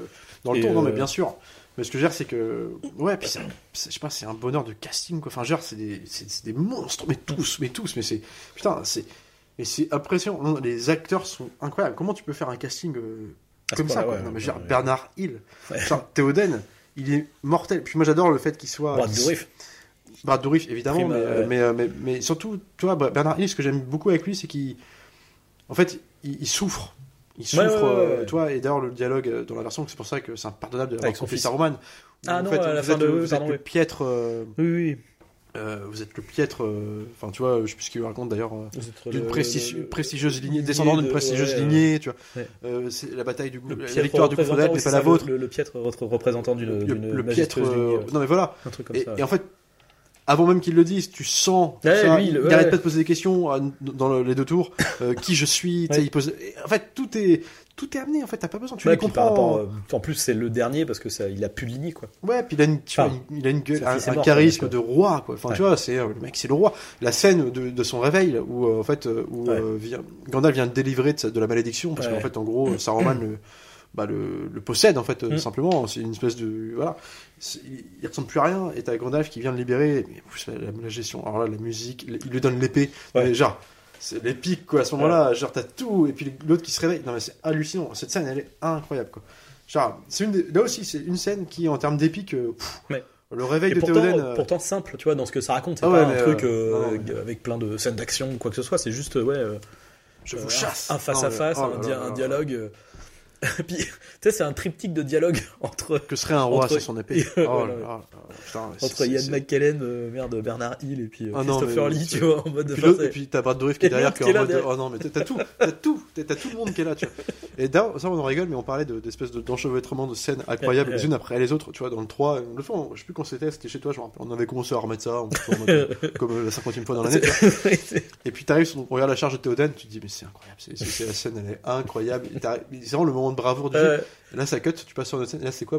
dans le Et, ton, non mais bien sûr. Mais ce que je veux dire, c'est que ouais, puis je sais pas, c'est un bonheur de casting quoi. Enfin, genre c'est des monstres, mais tous, mais c'est putain, c'est impressionnant. Non, les acteurs sont incroyables. Comment tu peux faire un casting comme ça quoi. Non mais je veux dire, Bernard Hill, genre Théoden, il est mortel. Puis moi j'adore le fait qu'il soit Brad Dourif évidemment, mais surtout, tu vois, Bernard Hill, ce que j'aime beaucoup avec lui, c'est qu'il souffre. Il souffre, tu vois, et d'ailleurs le dialogue dans la version, c'est pour ça que c'est impardonnable d'avoir son fils à Roman. Ah non, à la fin vous êtes le piètre. Oui. Vous êtes le piètre. Enfin, tu vois, je sais plus ce qu'il raconte d'ailleurs. D'une prestigieuse lignée, descendant d'une prestigieuse lignée, tu vois. C'est la bataille du la victoire du Gouffre d'Ed n'est pas la vôtre. Le piètre représentant d'une le piètre. Non mais voilà. Un truc comme ça. Et en fait, avant même qu'il le dise, tu sens. Il n'arrête pas de poser des questions dans les 2 tours. Qui je suis, il pose. En fait, tout est amené. En fait, t'as pas besoin. Tu les comprends. En plus, c'est le dernier parce que il a Puligny quoi. Ouais, puis il a une gueule, un charisme de roi quoi. Enfin, tu vois, c'est le mec, c'est le roi. La scène de son réveil où Gandalf vient de délivrer de la malédiction parce qu'en fait, en gros, Saruman le possède en fait simplement. C'est une espèce de voilà. Il ressemble plus à rien et t'as Gandalf qui vient de libérer. Mais la gestion. Alors là, la musique, il lui donne l'épée. Mais genre. C'est l'épique quoi à ce moment-là, genre t'as tout et puis l'autre qui se réveille. Non mais c'est hallucinant. Cette scène elle est incroyable quoi. Genre là aussi c'est une scène qui en termes d'épique le réveil de Théoden pourtant simple, tu vois, dans ce que ça raconte, c'est pas un truc avec plein de scènes d'action ou quoi que ce soit, c'est juste je vous chasse. Un face à face, un dialogue. Puis, tu sais, c'est un triptyque de dialogue entre. Que serait un roi sur son épée. Entre Ian McKellen, Bernard Hill et puis Christopher Lee, tu vois, en mode. Et puis t'as Brad Dourif qui est derrière, qui est en mode. Oh non, mais t'as tout le monde qui est là, tu vois. Et d'ailleurs, ça on en rigole, mais on parlait d'espèces d'enchevêtrement de scènes incroyables les unes après les autres, tu vois, dans le 3. Le fois, je sais plus quand c'était chez toi, je me rappelle. On avait commencé à remettre ça, comme la 50e fois dans l'année, tu vois. Et puis t'arrives, on regarde la charge de Théoden, tu te dis, mais c'est incroyable, la scène, elle est incroyable. C'est vraiment le moment de bravoure du jeu. Et là ça cut, tu passes sur notre scène. Et là c'est quoi?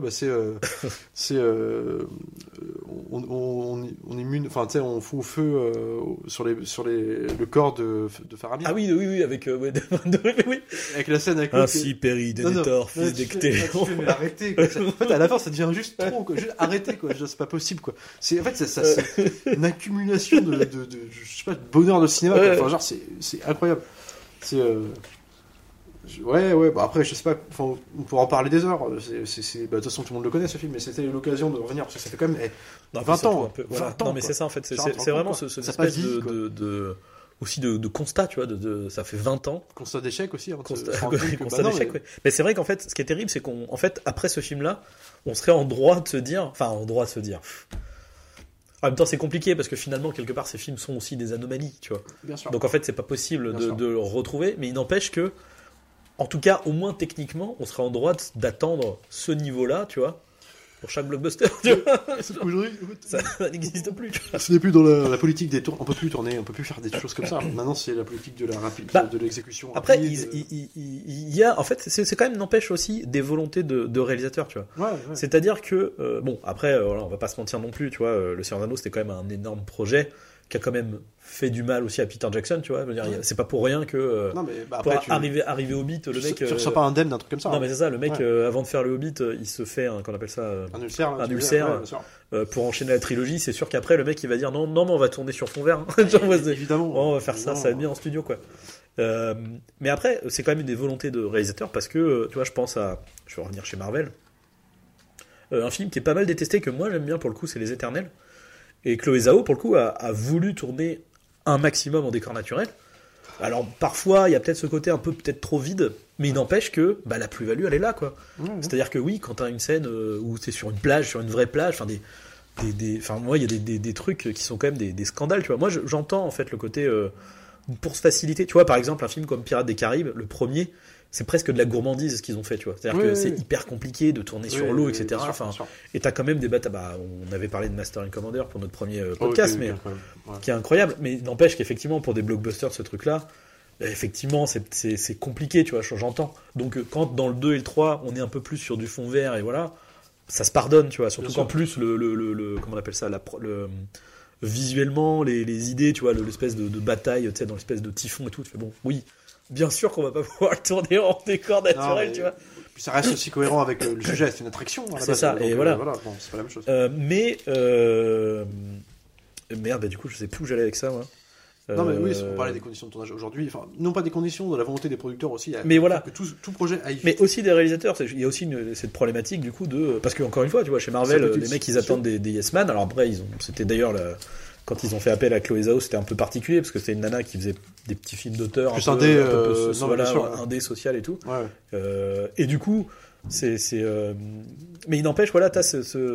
On immune, enfin tu sais, on fout au feu sur le corps de Faramir. Ah oui, avec oui. Avec la scène avec ainsi périt Denethor, fils d'Ectéon. Mais arrêtez quoi. En fait à la fin ça devient juste trop quoi. Juste arrêtez quoi. C'est pas possible quoi. C'est en fait c'est une accumulation de je sais pas de bonheur de cinéma quoi. Enfin genre c'est incroyable. C'est Ouais, bah après, je sais pas, on pourra en parler des heures. De toute façon, tout le monde le connaît ce film, mais c'était l'occasion de revenir, parce que ça fait quand même 20 ans. 20 ans. Non, mais c'est ça en fait, c'est vraiment cette espèce aussi de constat, tu vois, ça fait 20 ans. Constat d'échec aussi. Constat d'échec, oui. Mais c'est vrai qu'en fait, ce qui est terrible, c'est qu'en fait, après ce film-là, on serait en droit de se dire. En même temps, c'est compliqué parce que finalement, quelque part, ces films sont aussi des anomalies, tu vois. Bien sûr. Donc en fait, c'est pas possible de le retrouver, mais il n'empêche que. En tout cas, au moins techniquement, on serait en droit d'attendre ce niveau-là, tu vois, pour chaque blockbuster. Tu vois. Aujourd'hui, ça n'existe plus. Tu vois. Ce n'est plus dans la politique des tours. On peut plus tourner, on peut plus faire des choses comme ça. Maintenant, c'est la politique de la rapidité, de l'exécution. Après, il y a, en fait, c'est quand même n'empêche aussi des volontés de réalisateurs, tu vois. Ouais. C'est-à-dire que bon, après, on va pas se mentir non plus, tu vois. Le Seigneur des Anneaux, c'était quand même un énorme projet qui a quand même fait du mal aussi à Peter Jackson, tu vois. Je veux dire, c'est pas pour rien que non, mais après, arriver au Hobbit, le mec. Tu reçois pas indemne d'un truc comme ça. Non, mais c'est ça, le mec, avant de faire le Hobbit, il se fait qu'on appelle ça un ulcère pour enchaîner la trilogie. C'est sûr qu'après, le mec, il va dire non, mais on va tourner sur fond vert. Évidemment. On va faire ça va être bien en studio, quoi. Mais après, c'est quand même des volontés de réalisateur parce que, tu vois, je vais revenir chez Marvel. Un film qui est pas mal détesté, que moi j'aime bien pour le coup, c'est Les Éternels. Et Chloé Zhao, pour le coup, a voulu tourner un maximum en décor naturel. Alors, parfois, il y a peut-être ce côté un peu peut-être trop vide, mais il n'empêche que la plus-value, elle est là, quoi. C'est-à-dire que oui, quand t'as une scène où t'es sur une plage, sur une vraie plage, moi, il y a des trucs qui sont quand même des scandales, tu vois. Moi, j'entends, en fait, le côté... pour se faciliter, tu vois, par exemple, un film comme Pirates des Caraïbes, le premier... C'est presque de la gourmandise ce qu'ils ont fait, tu vois. C'est-à-dire que c'est hyper compliqué de tourner sur l'eau, etc. Et t'as quand même des batailles. On avait parlé de Master and Commander pour notre premier podcast, qui est incroyable. Mais n'empêche qu'effectivement, pour des blockbusters, ce truc-là, effectivement, c'est compliqué, tu vois. J'entends. Donc, quand dans le 2 et le 3, on est un peu plus sur du fond vert et voilà, ça se pardonne, tu vois. Surtout qu'en plus, comment on appelle ça, visuellement, les idées, tu vois, l'espèce de bataille, tu sais, dans l'espèce de typhon et tout. Tu fais bon, oui. Bien sûr qu'on va pas pouvoir le tourner en décor naturel, tu vois. Puis ça reste aussi cohérent avec le sujet, c'est une attraction. À la C'est base, ça, donc, et voilà. Bon, c'est pas la même chose. Merde, bah, du coup, je sais plus où j'allais avec ça, moi. Non, mais oui, on parlait des conditions de tournage aujourd'hui. Enfin, non pas des conditions, de la volonté des producteurs aussi. Mais voilà. Que tout projet aille vite. Mais aussi des réalisateurs. Il y a aussi cette problématique, du coup, de. Parce que, encore une fois, tu vois, chez Marvel, les mecs, ils attendent des Yes Man. Alors après, c'était d'ailleurs. Quand ils ont fait appel à Chloé Zhao, c'était un peu particulier, parce que c'était une nana qui faisait des petits films d'auteur. Plus un peu, indé social et tout. Ouais. Et du coup, mais il n'empêche, voilà, t'as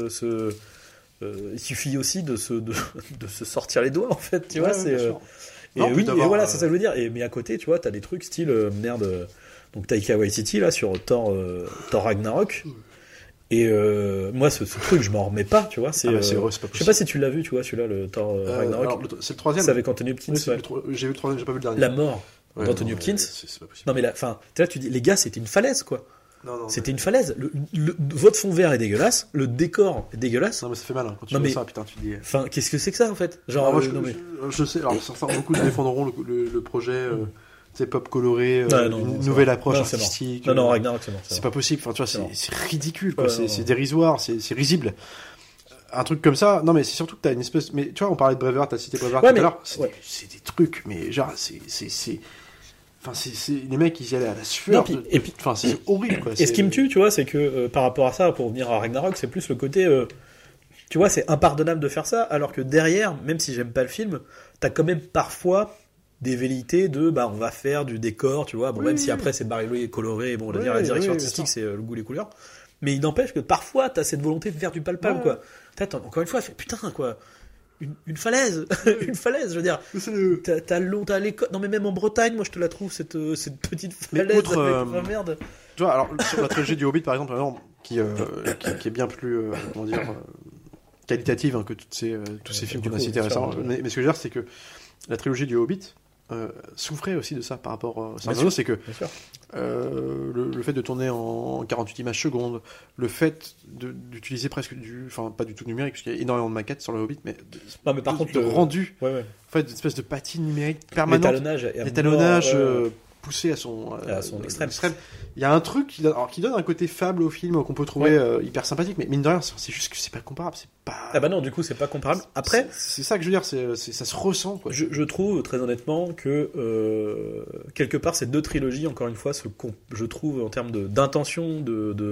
il suffit aussi de se sortir les doigts, en fait, tu vois, c'est. Et voilà, c'est ça que je veux dire. Mais à côté, tu vois, t'as des trucs style donc Taika Waititi là sur Thor Ragnarok. Et moi, ce truc, je m'en remets pas, tu vois. C'est pas possible. Je sais pas si tu l'as vu, tu vois, celui-là, le Thor Ragnarok. Alors, c'est le troisième. C'est avec Anthony Hopkins. Oui, j'ai vu le troisième, j'ai pas vu le dernier. La mort d'Anthony Hopkins. C'est pas possible. Non mais là tu dis, les gars, c'était une falaise, quoi. Non, c'était une falaise. Votre fond vert est dégueulasse, le décor est dégueulasse. Non mais ça fait mal quand tu vois ça, putain, tu dis. Enfin, qu'est-ce que c'est que ça en fait? Genre, je sais. Alors certains, beaucoup défendront le projet. C'est pop coloré, une nouvelle approche artistique. Non, Ragnarok, c'est mort. C'est pas possible. Enfin, tu vois, c'est ridicule, quoi. C'est dérisoire, c'est risible. Un truc comme ça. Non, mais c'est surtout que t'as une espèce. Mais tu vois, on parlait de Braveheart, t'as cité Braveheart tout à l'heure. C'est des trucs, mais genre, Enfin, les mecs, ils y allaient à la sueur. Et puis, enfin, c'est horrible, quoi. Et ce qui me tue, tu vois, c'est que par rapport à ça, pour revenir à Ragnarok, c'est plus le côté. Tu vois, c'est impardonnable de faire ça, alors que derrière, même si j'aime pas le film, t'as quand même parfois des velléités de on va faire du décor, tu vois, même si après c'est barré coloré, bon, la direction artistique c'est le goût, les couleurs, mais il n'empêche que parfois t'as cette volonté de faire du palpable, quoi. Encore une fois, putain, quoi, une falaise, une falaise, je veux dire, t'as l'école, non mais même en Bretagne, moi je te la trouve cette petite falaise avec merde. Tu vois, alors sur la trilogie du Hobbit par exemple, qui est bien plus, comment dire, qualitative que tous ces films qu'on a cités récemment, mais ce que je veux dire c'est que la trilogie du Hobbit souffrait aussi de ça par rapport à Star Wars, c'est que le fait de tourner en 48 images secondes, le fait d'utiliser presque pas du tout numérique, puisqu'il y a énormément de maquettes sur le Hobbit, mais par contre, le rendu, en fait, une espèce de patine numérique permanente, l'étalonnage poussé à son extrême. Il y a un truc qui donne un côté fable au film qu'on peut trouver hyper sympathique, mais mine de rien, c'est juste que c'est pas comparable. Non, du coup, c'est pas comparable. Après, c'est ça que je veux dire, ça se ressent, quoi. Je trouve très honnêtement que quelque part ces deux trilogies, encore une fois, je trouve en termes d'intention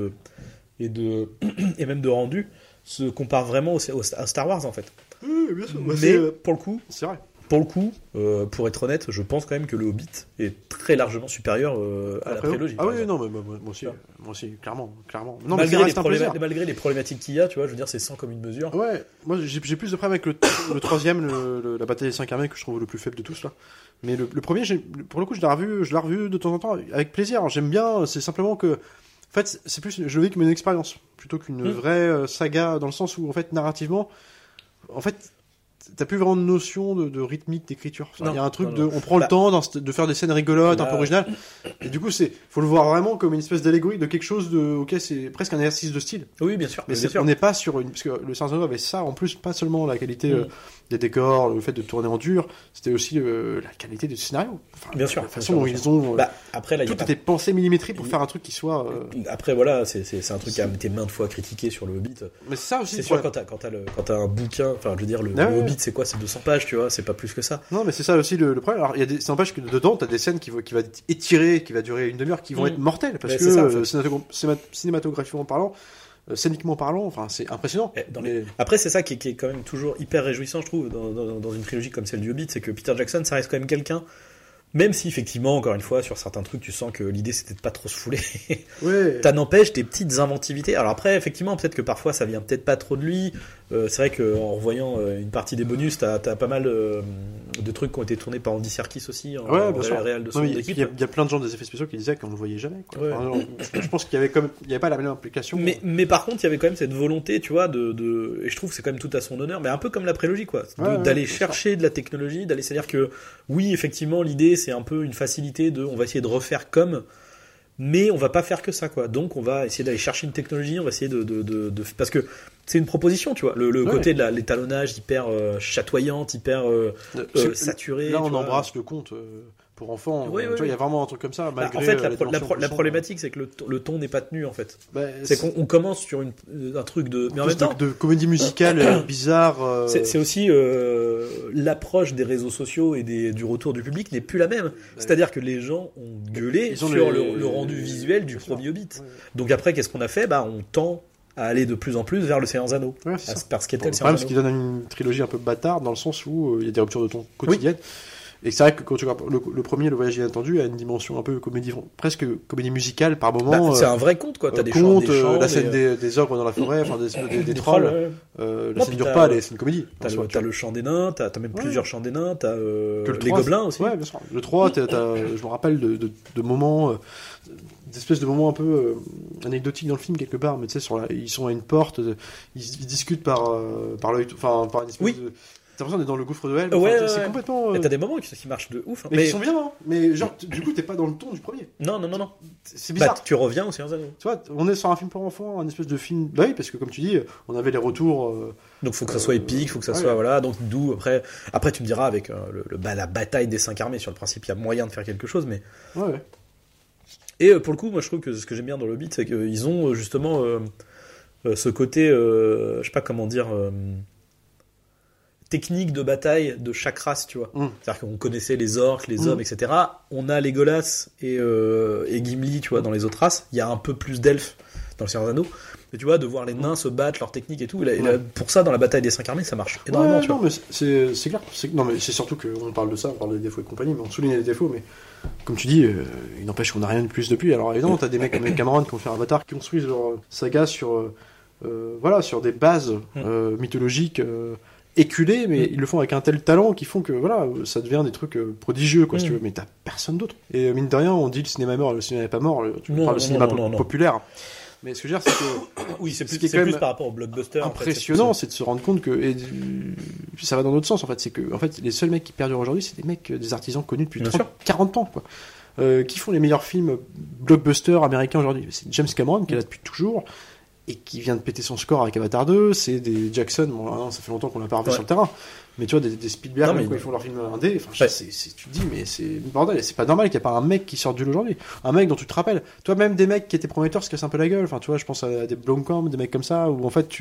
et même de rendu, se comparent vraiment à Star Wars en fait. Oui, bien sûr. Mais pour le coup, c'est vrai. Pour le coup, pour être honnête, je pense quand même que le Hobbit est très largement supérieur à la prélogie. Ah oui, non, mais moi aussi, clairement. Non, malgré les problématiques qu'il y a, tu vois, je veux dire, c'est sans commune mesure. Ouais, moi j'ai plus de problèmes avec le troisième, la bataille des 5 armées, que je trouve le plus faible de tous là. Mais le premier, pour le coup, je l'ai revu de temps en temps avec plaisir. J'aime bien, c'est simplement que. En fait, c'est plus, je le vis comme une expérience, plutôt qu'une vraie saga, dans le sens où, en fait, narrativement, en fait. T'as plus vraiment de notion de rythmique d'écriture. Il y a un truc on prend le temps de faire des scènes rigolotes, un peu originales. Et du coup, faut le voir vraiment comme une espèce d'allégorie de quelque chose c'est presque un exercice de style. Oui, bien sûr. Mais on n'est pas sur parce que le Seigneur des Anneaux avait ça, en plus, pas seulement la qualité des décors, le fait de tourner en dur, c'était aussi la qualité du scénario. Enfin, bien sûr. La façon dont ils ont, après, là, tout était pensé millimétrique pour faire un truc qui soit, Après, voilà, c'est un truc qui a été maintes fois critiqué sur le Hobbit. Mais c'est ça aussi. C'est sûr, quand t'as un bouquin, enfin, je veux dire, le Hobbit, c'est quoi? C'est 200 pages, tu vois, c'est pas plus que ça. Non, mais c'est ça aussi le problème. Alors, ça n'empêche que dedans, t'as des scènes qui va étirer, qui va durer une demi-heure, qui vont être mortelles, parce que cinématographiquement parlant, scéniquement parlant, enfin, c'est impressionnant. Après, c'est ça qui est quand même toujours hyper réjouissant, je trouve, dans une trilogie comme celle du Hobbit, c'est que Peter Jackson, ça reste quand même quelqu'un. Même si effectivement, encore une fois, sur certains trucs, tu sens que l'idée c'était de pas trop se fouler. T'as n'empêche des petites inventivités. Alors après, effectivement, peut-être que parfois ça vient peut-être pas trop de lui. C'est vrai qu'en revoyant une partie des bonus, t'as pas mal de trucs qui ont été tournés par Andy Serkis aussi, bien sûr. réel de son équipe. Il y a plein de gens des effets spéciaux qui disaient qu'on le voyait jamais. Quoi. Enfin, je pense qu'il y avait pas la même implication. Mais par contre, il y avait quand même cette volonté, tu vois, et je trouve que c'est quand même tout à son honneur, mais un peu comme la prélogie, quoi, d'aller chercher de la technologie, c'est-à-dire que oui, effectivement, l'idée c'est un peu une facilité on va essayer de refaire comme, mais on va pas faire que ça, quoi. Donc on va essayer d'aller chercher une technologie, on va essayer de parce que c'est une proposition, tu vois, le côté de l'étalonnage hyper chatoyante, hyper saturé. Là on embrasse le conte pour enfants. Oui, Tu oui, vois, il y a vraiment un truc comme ça, malgré en fait, la dimension la du son. problématique, c'est que le ton n'est pas tenu, en fait. Bah, C'est qu'on commence sur un truc de... Mais en même temps, de comédie musicale bizarre. c'est aussi l'approche des réseaux sociaux et du retour du public n'est plus la même. C'est-à-dire que les gens ont gueulé Ils ont sur les- le rendu visuel du Bien sûr. premier Hobbit. Ouais. Donc après, qu'est-ce qu'on a fait ? On tend à aller de plus en plus vers le Seigneur des Anneaux. Ouais, c'est ça. Parce qu'était Le le problème, Seigneur c'est des qu'il Anneaux. donne une trilogie un peu bâtarde dans le sens où il y a des ruptures de ton quotidiennes. Et c'est vrai que quand tu regardes le premier, Le Voyage inattendu, a une dimension un peu comédie, presque comédie musicale par moment. C'est un vrai conte, quoi. T'as des conte, chants, la scène des ogres dans la forêt, enfin des trolls. ouais. La Non, scène puis dure t'as- pas, c'est une comédie. T'as en soi, t'as le chant des nains, t'as même Ouais. plusieurs chants des nains, t'as Que le les 3, gobelins aussi. Ouais, bien sûr. Le 3, je me rappelle de moments, d'espèces de moments un peu anecdotiques dans le film quelque part, mais tu sais, ils sont à une porte, ils discutent par l'œil, enfin par une espèce Oui. de. T'as l'impression d'être dans le gouffre de Helm. Ouais, Enfin, ouais, c'est ouais. complètement. Et t'as des moments qui marchent de ouf. Hein. Mais qui sont bien, hein. Mais genre, du coup, t'es pas dans le ton du premier. Non. C'est bizarre. Tu reviens au Seigneur des Anneaux. Tu vois, on est sur un film pour enfants, un espèce de film. Bah oui, parce que comme tu dis, on avait les retours. Donc faut que ça soit épique, faut que ça ouais. soit voilà. Donc d'où après tu me diras avec la bataille des 5 armées sur le principe, il y a moyen de faire quelque chose, mais Ouais. et pour le coup, moi je trouve que ce que j'aime bien dans le Hobbit, c'est qu'ils ont justement ce côté, je sais pas comment dire, technique de bataille de chaque race, tu vois. C'est-à-dire qu'on connaissait les orques, les hommes, etc. On a Legolas et Gimli, tu vois, dans les autres races. Il y a un peu plus d'elfes dans le Seigneur des Anneaux. Mais tu vois, de voir les nains se battre, leur technique et tout, pour ça, dans la bataille des 5 armées, ça marche énormément, Ouais, tu non, vois. mais c'est clair. Non, mais c'est surtout qu'on parle de ça, on parle des défauts et compagnie, mais on souligne les défauts, mais comme tu dis, il n'empêche qu'on n'a rien de plus depuis. Alors évidemment, t'as des mecs comme Cameron qui ont fait Avatar, qui construisent leur saga sur des bases mythologiques éculées, mais ils le font avec un tel talent qui font que voilà, ça devient des trucs prodigieux, quoi, si tu veux, mais t'as personne d'autre. Et mine de rien, on dit le cinéma est mort, le cinéma n'est pas mort, tu Non, parles du cinéma non. populaire. Mais ce que je veux dire, c'est que Oui, c'est ce qui est plus quand même par rapport au blockbuster. impressionnant, c'est de se rendre compte que ça va dans l'autre sens en fait, c'est que en fait les seuls mecs qui perdurent aujourd'hui, c'est des mecs, des artisans connus depuis Bien 30, sûr. 40 ans quoi. Qui font les meilleurs films blockbusters américains aujourd'hui. C'est James Cameron qui est là depuis toujours et qui vient de péter son score avec Avatar 2, c'est des Jackson, bon non, ça fait longtemps qu'on l'a pas revu sur le terrain, mais tu vois des Spielberg Non, même, mais quand ils font leur film indé, enfin Ouais. tu te dis mais c'est bordel, c'est pas normal qu'il n'y ait pas un mec qui sorte du lot aujourd'hui, un mec dont tu te rappelles, toi même des mecs qui étaient prometteurs se cassent un peu la gueule, enfin tu vois, je pense à des Blomkamp, des mecs comme ça où en fait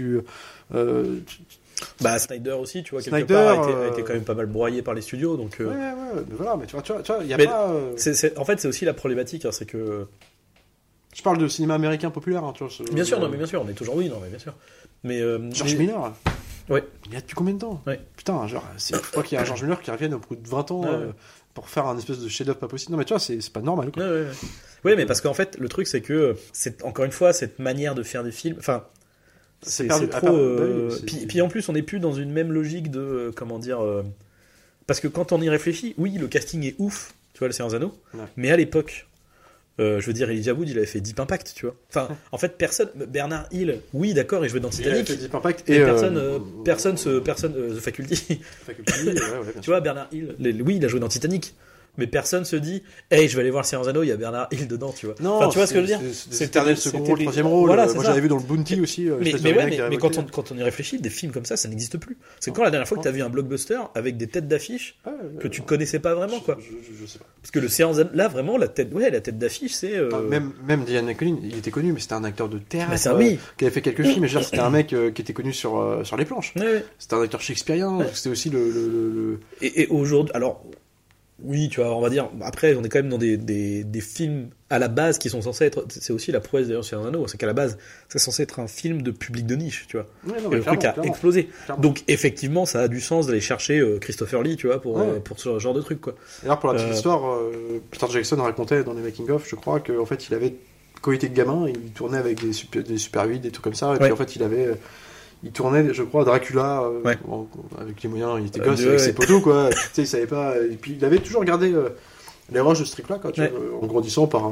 Snyder aussi, tu vois, quelque Snyder, part, a été quand même pas mal broyé par les studios, donc. ouais, mais voilà, mais tu vois, il y a Mais pas. En fait, c'est aussi la problématique, hein, c'est que. Je parle de cinéma américain populaire, hein, tu vois. Bien sûr, non, mais bien sûr, on est toujours oui, non, mais bien sûr. Mais George Miller. Ouais. Il y a depuis combien de temps Ouais. Putain, genre, il faut qu'il y ait un George Miller qui revienne au bout de 20 ans Ouais. pour faire un espèce de chef-d'œuvre pas possible. Non, mais tu vois, c'est pas normal, quoi. Ouais, mais parce qu'en fait, le truc, c'est que c'est encore une fois cette manière de faire des films. Enfin, c'est perdu. trop. Puis en plus, on n'est plus dans une même logique de comment dire. Parce que quand on y réfléchit, oui, le casting est ouf, tu vois, le Seigneur des Anneaux. Ouais. Mais à l'époque. Je veux dire, Elijah Wood, il avait fait Deep Impact, tu vois. Enfin, en fait, personne. Bernard Hill, oui, d'accord, il jouait dans Il a fait Titanic. Deep Impact Mais et personne, The Faculty. Faculty, ouais, bien Tu sûr. vois, Bernard Hill, oui, il a joué dans Titanic. Mais personne se dit, hey, je vais aller voir le Seigneur des Anneaux, il y a Bernard Hill dedans, tu vois. Non, Enfin, tu vois ce que je veux dire C'est éternel second rôle, des- troisième rôle. Voilà, c'est Moi, ça. j'avais vu dans le Bounty aussi. Mais espèce de remake qui a mais révolté. quand on y réfléchit, des films comme ça n'existe plus. C'est quand la dernière fois que tu as vu un blockbuster avec des têtes d'affiche Ouais, que tu connaissais pas vraiment, quoi. Je sais pas. Parce que le Seigneur des Anneaux, là, vraiment, la tête d'affiche, c'est. Même Diane McCollin, il était connu, mais c'était un acteur de théâtre Mais c'est oui. qui avait fait quelques films. Et je veux dire, c'était un mec qui était connu sur les planches. Ouais. C'était un acteur shakespearien. C'était aussi le... Et aujourd'hui, alors, oui, tu vois, on va dire, après, on est quand même dans des films à la base qui sont censés être. C'est aussi la prouesse d'ailleurs, Seigneur des Anneaux, c'est qu'à la base, c'est censé être un film de public de niche, tu vois. Ouais, non, Et mais le truc a clairement. explosé. Clairement. Donc, effectivement, ça a du sens d'aller chercher Christopher Lee, tu vois, pour ce genre de truc, quoi. D'ailleurs, pour la petite histoire, Peter Jackson racontait dans les making-of, je crois, qu'en fait, il avait, quand il était gamin, il tournait avec des Super 8, des trucs comme ça, et puis en fait, il tournait, je crois, Dracula, avec les moyens, il était gosse, avec ses poteaux, quoi. Tu sais, il savait pas, et puis il avait toujours gardé les roches de ce truc-là, quoi, tu vois, en grandissant par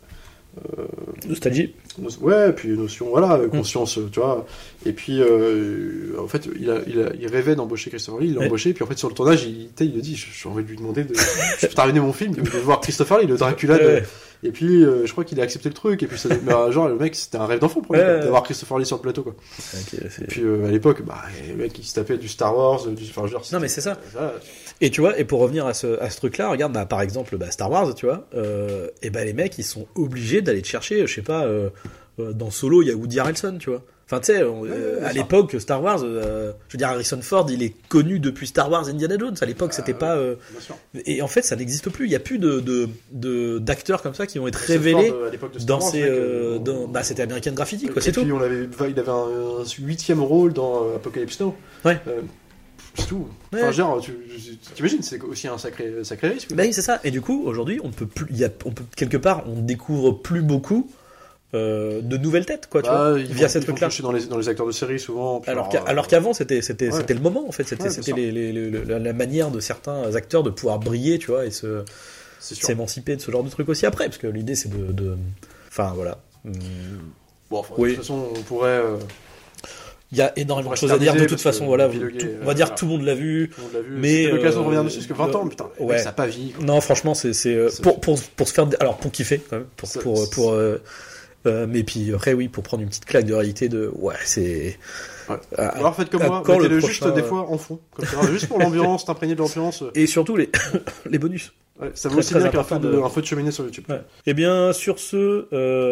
Nostalgie. ouais, puis une notion, voilà, conscience, tu vois. Et puis, en fait, il rêvait d'embaucher Christopher Lee, il l'a embauché, puis en fait, sur le tournage, il le dit, j'ai envie de lui demander je peux terminer mon film, de voir Christopher Lee, le Dracula. Et puis, je crois qu'il a accepté le truc. Et puis, genre, le mec, c'était un rêve d'enfant pour lui, d'avoir Christopher Lee sur le plateau, quoi. Okay, et puis, à l'époque, le mec, il se tapait du Star Wars, enfin, genre, non, mais c'est ça. Et tu vois, et pour revenir à ce truc-là, regarde, par exemple, Star Wars, tu vois, et les mecs, ils sont obligés d'aller te chercher, je sais pas, dans Solo, il y a Woody Harrelson, tu vois. Enfin, tu sais, à l'époque, Star Wars, je veux dire, Harrison Ford, il est connu depuis Star Wars Indiana Jones. À l'époque, c'était pas. Et en fait, ça n'existe plus. Il n'y a plus d'acteurs comme ça qui vont être révélés dans ces. C'était American Graffiti, quoi, c'est tout. Et puis, il avait un 8e rôle dans Apocalypse Now. Ouais. C'est tout. Enfin, genre, t'imagines, c'est aussi un sacré risque. Oui, c'est ça. Et du coup, aujourd'hui, on peut plus. Quelque part, on découvre plus beaucoup. De nouvelles têtes, quoi, tu vois, via cette truc-là. Dans les acteurs de série souvent. Alors qu'avant c'était le moment, en fait, c'était la manière de certains acteurs de pouvoir briller, tu vois, et s'émanciper de ce genre de truc aussi après, parce que l'idée c'est de enfin voilà. Bon, de toute façon, on pourrait. Il y a énormément de choses à dire de toute façon, voilà. On va dire que tout le monde l'a vu. Mais l'occasion de revenir dessus, parce que 20 ans, putain, ça n'a pas vieilli. Non, franchement, c'est pour se faire, alors pour kiffer quand même, mais puis après oui, pour prendre une petite claque de réalité c'est. Ouais. Alors faites comme moi, mettez-le juste des fois en fond, comme ça, juste pour l'ambiance, t'imprégner de l'ambiance. Et surtout les bonus. Ouais, ça vaut aussi bien qu'un feu de cheminée sur YouTube. Ouais. Eh bien sur ce,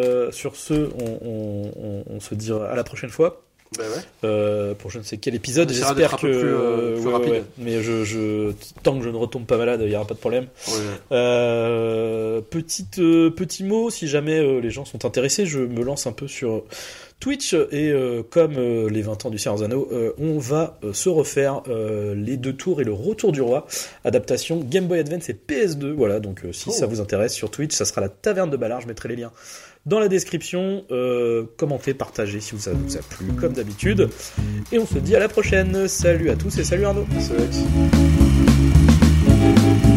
on se dit à la prochaine fois. Pour je ne sais quel épisode, j'espère que plus rapide. Mais tant que je ne retombe pas malade, il n'y aura pas de problème. Petit mot, si jamais les gens sont intéressés, je me lance un peu sur Twitch et comme les 20 ans du Seigneur des Anneaux, on va se refaire les 2 tours et le retour du roi, adaptation Game Boy Advance et PS2. Voilà, donc si ça vous intéresse sur Twitch, ça sera la Taverne de Ballard, je mettrai les liens dans la description, commentez, partagez si ça vous a plu comme d'habitude, et on se dit à la prochaine. Salut à tous et salut Arnaud. Salut Alex.